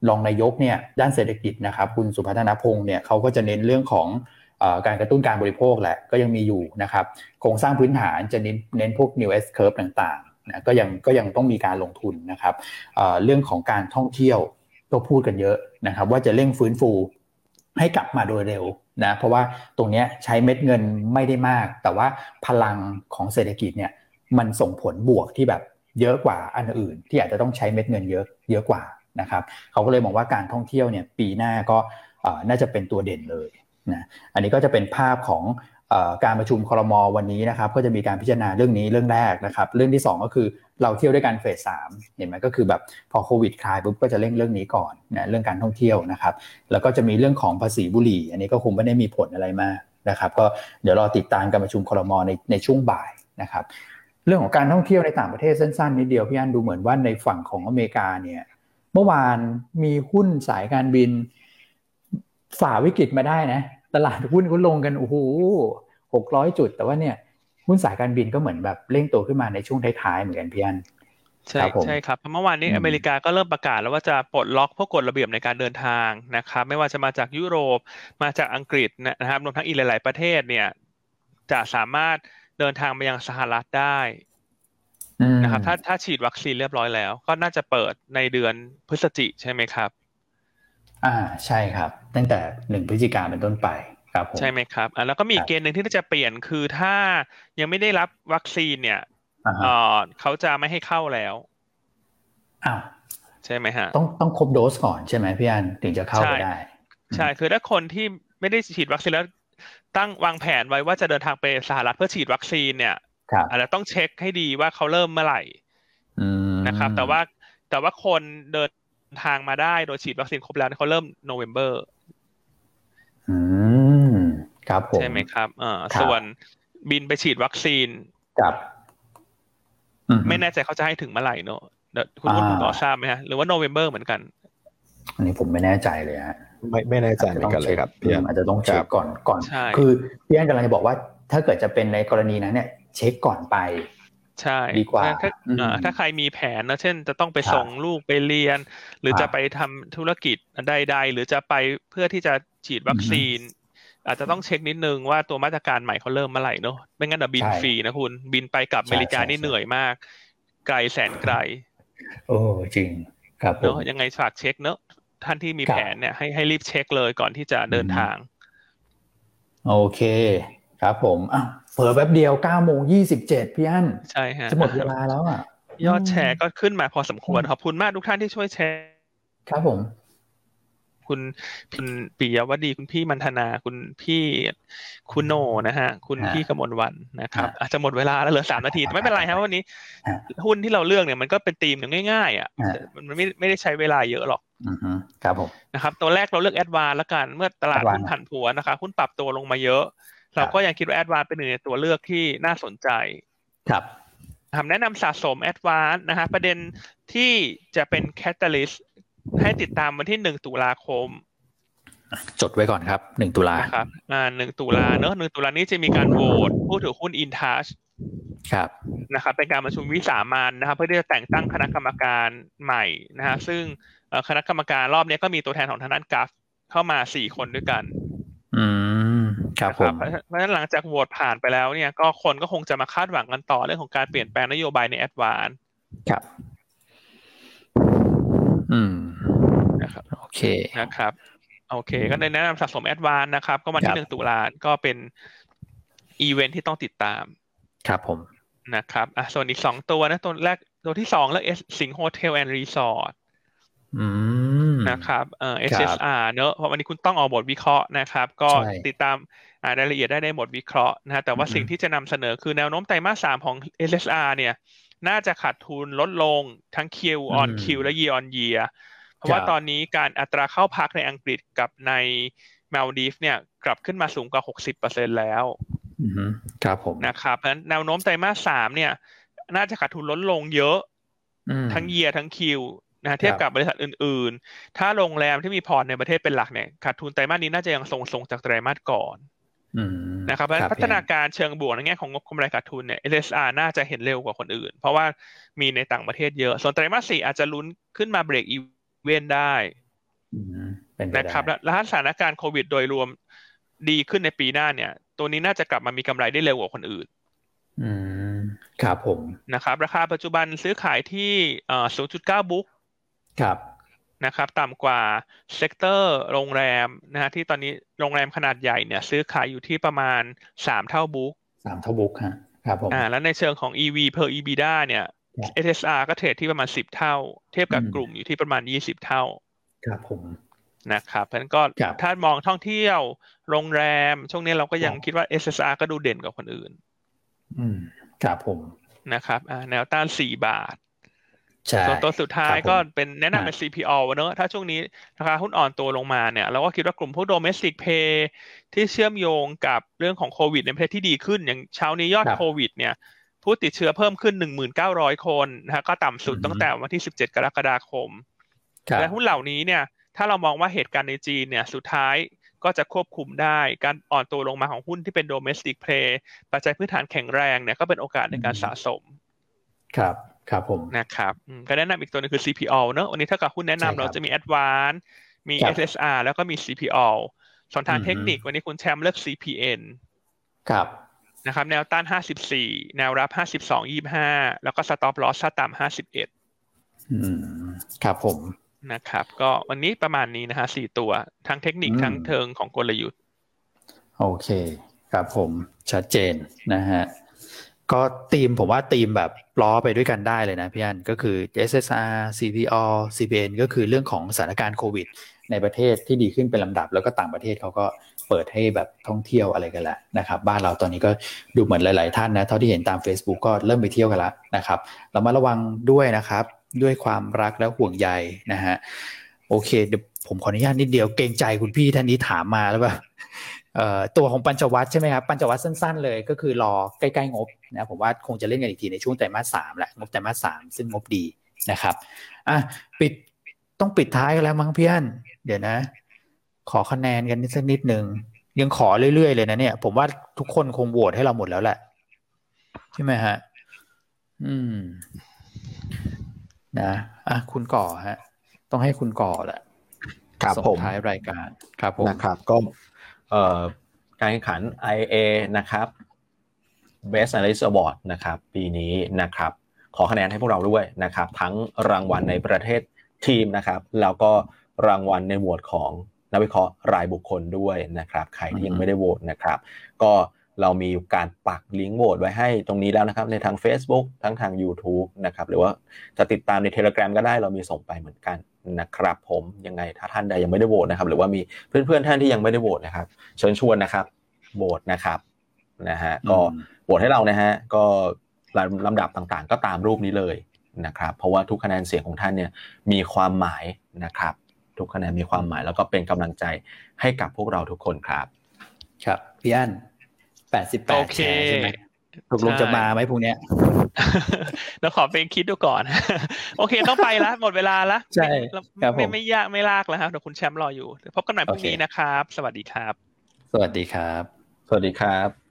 รองนายกเนี่ยด้านเศรษฐกิจนะครับคุณสุพัฒนพงศ์เนี่ยเขาก็จะเน้นเรื่องของเอ่อการกระตุ้นการบริโภคแหละก็ยังมีอยู่นะครับโครงสร้างพื้นฐานจะเน้นเน้นพวก New S curve ต่างๆนะก็ยังก็ยังต้องมีการลงทุนนะครับเอ่อเรื่องของการท่องเที่ยวก็พูดกันเยอะนะครับว่าจะเร่งฟื้นฟูให้กลับมาโดยเร็วนะเพราะว่าตรงนี้ใช้เม็ดเงินไม่ได้มากแต่ว่าพลังของเศรษฐกิจเนี่ยมันส่งผลบวกที่แบบเยอะกว่าอันอื่นที่อาจจะต้องใช้เม็ดเงินเยอะเยอะกว่านะครับเขาก็เลยมองว่าการท่องเที่ยวเนี่ยปีหน้าก็น่าจะเป็นตัวเด่นเลยนะอันนี้ก็จะเป็นภาพของการประชุมครม.วันนี้นะครับก็จะมีการพิจารณาเรื่องนี้เรื่องแรกนะครับเรื่องที่สองก็คือเราเที่ยวด้วยกันเฟสสามเห็นไหมก็คือแบบพอโควิดคลายปุ๊บก็จะเร่งเรื่องนี้ก่อนนะเรื่องการท่องเที่ยวนะครับแล้วก็จะมีเรื่องของภาษีบุหรี่อันนี้ก็คงไม่ได้มีผลอะไรมากนะครับก็เดี๋ยวรอติดตามการประชุมครม.ในในช่วงบ่ายนะครับเรื่องของการท่องเที่ยวในต่างประเทศสั้นๆนิดเดียวพี่อั้นดูเหมือนว่าในฝั่งของอเมริกาเนี่ยเมื่อวานมีหุ้นสายการบินฝ่าวิกฤตมาได้นะตลาดหุ้นเขาลงกันโอ้โหหกร้อยจุดแต่ว่าเนี่ยหุ้นสายการบินก็เหมือนแบบเร่งตัวขึ้นมาในช่วงท้ายๆเหมือนกันพี่อั้นใช่ใช่ครับเมื่อวานนี้อเมริกาก็เริ่มประกาศแล้วว่าจะปลดล็อกพวกกฎระเบียบในการเดินทางนะครับไม่ว่าจะมาจากยุโรปมาจากอังกฤษนะครับรวมทั้งอีกหลายๆประเทศเนี่ยจะสามารถเดินทางไปยังสหรัฐได้นะครับถ้าถ้าฉีดวัคซีนเรียบร้อยแล้วก็น่าจะเปิดในเดือนพฤศจิกายนใช่ไหมครับอ่าใช่ครับตั้งแต่หนึ่งพฤศจิกายนเป็นต้นไปครับผมใช่ไหมครับอ่าแล้วก็มีเกณฑ์หนึ่งที่จะเปลี่ยนคือถ้ายังไม่ได้รับวัคซีนเนี่ยเอ่อเขาจะไม่ให้เข้าแล้วอ้าวใช่ไหมฮะต้องต้องครบโดสก่อนใช่ไหมพี่อันถึงจะเข้าไปได้ใช่คือถ้าคนที่ไม่ได้ฉีดวัคซีนแล้วตั้งวางแผนไว้ว่าจะเดินทางไปสหรัฐเพื่อฉีดวัคซีนเนี่ยอาจจะต้องเช็คให้ดีว่าเขาเริ่มเมื่อไหร่นะครับแต่ว่าแต่ว่าคนเดินทางมาได้โดยฉีดวัคซีนครบแล้วเขาเริ่มโนเวมเบอร์อืมครับผมใช่ไหมครับอ่าส่วนบินไปฉีดวัคซีนครับไม่แน่ใจเขาจะให้ถึงเมื่อไหร่เนอะคุณคุณคุณก็ทราบไหมฮะหรือว่าโนเวมเบอร์เหมือนกันอันนี้ผมไม่แน่ใจเลยฮะไม่ไม่แน่ใจเหมือนกันเลยครับพี่อาจจะต้องเช็คก่อนก่อนคือพี่อันกำลังจะบอกว่าถ้าเกิดจะเป็นในกรณีนั้นเนี่ยเช็คก่อนไปใช่ดีกว่าถ้าถ้าใครมีแผนนะเช่นจะต้องไปส่งลูกไปเรียนหรือจะไปทำธุรกิจใดๆหรือจะไปเพื่อที่จะฉีดวัคซีนอาจจะต้องเช็คนิดนึงว่าตัวมาตรการใหม่เขาเริ่มเมื่อไหร่เนอะไม่งั้นเดี๋ยวบินฟรีนะคุณบินไปกับอเมริกานี่เหนื่อยมากไกลแสนไกลโอ้จริงครับเนอะยังไงฝากเช็คเนอะท่านที่มีแผนเนี่ยให้ให้รีบเช็คเลยก่อนที่จะเดินทางโอเคครับผมอ้าวเผลอแป๊บเดียว เก้าโมงยี่สิบเจ็ด พี่อั้นใช่ฮะจะหมดเวลาแล้วอ่ะยอดแชร์ก็ขึ้นมาพอสมควรขอบคุณมากทุกท่านที่ช่วยแชร์ครับผมคุณคุณปิยวดีคุณพี่มันธนาคุณพี่คุณโนนะฮะคุณพี่กมลวันนะครับอาจจะหมดเวลาแล้วเหลือสามนาทีไม่เป็นไรครับวันนี้หุ้นที่เราเลือกเนี่ยมันก็เป็นธีมอย่างง่ายๆอ่ะมันไม่ไม่ได้ใช้เวลาเยอะหรอกครับผมนะครับตัวแรกเราเลือกแอดวานซ์ละกันเมื่อตลาดหุ้นผันผวนนะครับหุ้นปรับตัวลงมาเยอะเราก็ยังคิดว่าแอดวานซ์เป็นหนึ่งในตัวเลือกที่น่าสนใจครับทำแนะนำสะสมแอดวานซ์นะฮะประเด็นที่จะเป็นแคตตาลิสต์ให้ติดตามวันที่หนึ่งตุลาคมจดไว้ก่อนครับหนึ่งตุลาครับอ่าหนึ่งตุลาเนอะหนึ่งตุลานี้จะมีการโหวตผู้ถือหุ้น InTouch ครับนะครับเป็นการประชุมวิสามัญนะครับเพื่อที่จะแต่งตั้งคณะกรรมการใหม่นะฮะซึ่งคณะกรรมการรอบนี้ก็มีตัวแทนของทางด้านกัฟเข้ามาสี่คนด้วยกันอืมครับผมเพราะฉะนั้นหลังจากโหวตผ่านไปแล้วเนี่ยก็คนก็คงจะมาคาดหวังกันต่อเรื่องของการเปลี่ยนแปลงนโยบายในแอดวานซ์ครับอืมนะครับโอเคนะครับโอเคก็ในแนะนำสะสมแอดวานซ์นะครับก็วันที่หนึ่งตุลาก็เป็นอีเวนท์ที่ต้องติดตามครับผมนะครับอ่ะส่วนอีกสองตัวนะตัวแรกตัวที่สองเลือกสิงห์โฮเทลแอนด์รีสอร์ทอืมนะครับเอ่อ เอส เอส อาร์ เนอะเพราะวันนี้คุณต้องออกบทวิเคราะห์นะครับก็ติดตามอ่านรายละเอียดได้ในบทวิเคราะห์นะฮะแต่ว่าสิ่งที่จะนำเสนอคือแนวโน้มไตรมาสสามของ เอส เอส อาร์ เนี่ยน่าจะขาดทุนลดลงทั้ง Q on Q และ Year on Year เพราะว่าตอนนี้การอัตราเข้าพักในอังกฤษกับในมาลดีฟเนี่ยกลับขึ้นมาสูงกว่า หกสิบเปอร์เซ็นต์ แล้วครับผมนะครับเพราะฉะนั้นแนวโน้มไตรมาสสามเนี่ยน่าจะขาดทุนลดลงเยอะทั้ง Year ทั้ง Q นะเทียบกับบริษัทอื่นๆถ้าโรงแรมที่มีพอร์ตในประเทศเป็นหลักเนี่ยขาดทุนไตรมาสนี้น่าจะยังทรงๆจากไตรมาสก่อนนะครับเพราะพัฒนาการเชิงบวกในแง่ของงบกำไรขาดทุนเนี่ย เอส เอส อาร์ น่าจะเห็นเร็วกว่าคนอื่นเพราะว่ามีในต่างประเทศเยอะส่วนไตรมาสสี่อาจจะลุ้นขึ้นมาเบรกอีเวนต์ได้นะครับและถ้าสถานการณ์โควิดโดยรวมดีขึ้นในปีหน้าเนี่ยตัวนี้น่าจะกลับมามีกำไรได้เร็วกว่าคนอื่นอืมครับผมนะครับราคาปัจจุบันซื้อขายที่เอ่อ ศูนย์จุดเก้า บุ๊กครับนะครับต่ำกว่าเซกเตอร์โรงแรมนะฮะที่ตอนนี้โรงแรมขนาดใหญ่เนี่ยซื้อขายอยู่ที่ประมาณสามเท่าบุ๊กสามเท่าบุ๊กฮะครับผมอ่าแล้วในเชิงของ อี วี per อี บี ดี เอ เนี่ย เอส เอส อาร์ ก็เทรดที่ประมาณสิบเท่าเทียบกับกลุ่มอยู่ที่ประมาณยี่สิบเท่าครับผมนะครับเพราะฉะนั้นก็ถ้ามองท่องเที่ยวโรงแรมช่วงนี้เราก็ยังคิดว่า เอส เอส อาร์ ก็ดูเด่นกว่าคนอื่นอืมครับผมนะครับอ่าแนวต้านสี่บาทใช่ส่วนตัวสุดท้ายก็เป็นแนะนำเป็น ซี พี โอ เนอะถ้าช่วงนี้ราคาหุ้นอ่อนตัวลงมาเนี่ยเราก็คิดว่ากลุ่มพวก Domestic Pay ที่เชื่อมโยงกับเรื่องของโควิดในประเทศที่ดีขึ้นอย่างเช้านี้ยอดโควิดเนี่ยผู้ติดเชื้อเพิ่มขึ้น หนึ่งพันเก้าร้อย คนนะฮะก็ต่ำสุดตั้งแต่วันที่สิบเจ็ดกรกฎาคมและหุ้นเหล่านี้เนี่ยถ้าเรามองว่าเหตุการณ์ในจีนเนี่ยสุดท้ายก็จะควบคุมได้การอ่อนตัวลงมาของหุ้นที่เป็น Domestic Play ปัจจัยพื้นฐานแข็งแรงเนี่ยก็เป็นโอกาสในการสะสมครับครับผมนะครับก็แนะนำอีกตัวนึงคือ ซี พี โอ เนอะวันนี้ถ้ากับหุ้นแนะนำเราจะมี Advance มี เอส เอส อาร์ แล้วก็มี ซี พี โอ ส่วนทางเทคนิควันนี้คุณแชมป์เลือก ซี พี เอ็นครับนะครับแนวต้านห้าสิบสี่แนวรับห้าสิบสอง ยี่สิบห้าแล้วก็ Stop Loss ถ้าต่ำห้าสิบเอ็ดอืมครับผมนะครับก็วันนี้ประมาณนี้นะฮะสี่ตัวทั้งเทคนิคทั้งเทิงของกลยุทธ์โอเคครับผมชัดเจนนะฮะก็ธีมผมว่าธีมแบบล้อไปด้วยกันได้เลยนะพี่อันก็คือ เอส เอส อาร์ ซี พี โอ ซี พี เอ็น ก็คือเรื่องของสถานการณ์โควิดในประเทศที่ดีขึ้นเป็นลำดับแล้วก็ต่างประเทศเขาก็เปิดให้แบบท่องเที่ยวอะไรกันแล้วนะครับบ้านเราตอนนี้ก็ดูเหมือนหลายๆท่านนะเท่าที่เห็นตาม Facebook ก็เริ่มไปเที่ยวกันแล้วนะครับเรามาระวังด้วยนะครับด้วยความรักและห่วงใยนะฮะโอเคเดี๋ยวผมขออนุญาตนิดเดียวเกรงใจคุณพี่ท่านนี้ถามมาแล้วแบบเอ่อตัวของปัญจวัฒน์ใช่ไหมครับปัญจวัฒน์สั้นๆเลยก็คือรอใกล้ๆงบนะผมว่าคงจะเล่นกันอีกทีในช่วงไตรมาสสามแหละงบไตรมาสสามซึ่งงบดีนะครับอ่ะปิดต้องปิดท้ายกันแล้วมั้งพี่อั้นเดี๋ยวนะขอคะแนนกันสักนิดนึงยังขอเรื่อยๆเลยนะเนี่ยผมว่าทุกคนคงโหวตให้เราหมดแล้วแหละใช่ไหมฮะอืมนะอ่ะคุณก่อฮะต้องให้คุณก่อแหละครับผมท้ายรายการครับผมนะครับก็เอ่อการแข่งขัน ไอ เอ นะครับ Best Analyst Award นะครับปีนี้นะครับขอคะแนนให้พวกเราด้วยนะครับทั้งรางวัลในประเภททีมนะครับแล้วก็รางวัลในหมวดของนักวิเคราะห์รายบุคคลด้วยนะครับใครที่ยังไม่ได้โหวตนะครับก็เรามีการปักลิงก์โหวตไว้ให้ตรงนี้แล้วนะครับในทาง Facebook ทั้งทาง YouTube นะครับหรือว่าจะติดตามใน Telegram ก็ได้เรามีส่งไปเหมือนกันนะครับผมยังไงถ้าท่านใดยังไม่ได้โหวตนะครับหรือว่ามีเพื่อนๆท่านที่ยังไม่ได้โหวตนะครับเชิญชวนนะครับโหวตนะครับนะฮะก็โหวตให้เรานะฮะก็ลำดับต่างๆก็ตามรูปนี้เลยนะครับเพราะว่าทุกคะแนนเสียงของท่านเนี่ยมีความหมายนะครับทุกคะแนนมีความหมายแล้วก็เป็นกำลังใจให้กับพวกเราทุกคนครับครับพี่อั้นแปดสิบแปดแชร์ใช่ไหมตกลงจะมาไหมพวกเนี้ยแล้วขอเป็นคิดดูก่อนโอเคต้องไปแล้วหมดเวลาแล้วใช่ไม่ไม่ยากไม่ลากแล้วครับเดี๋ยวคุณแชมป์รออยู่พบกันใหม่พรุ่งนี้นะครับสวัสดีครับสวัสดีครับสวัสดีครับ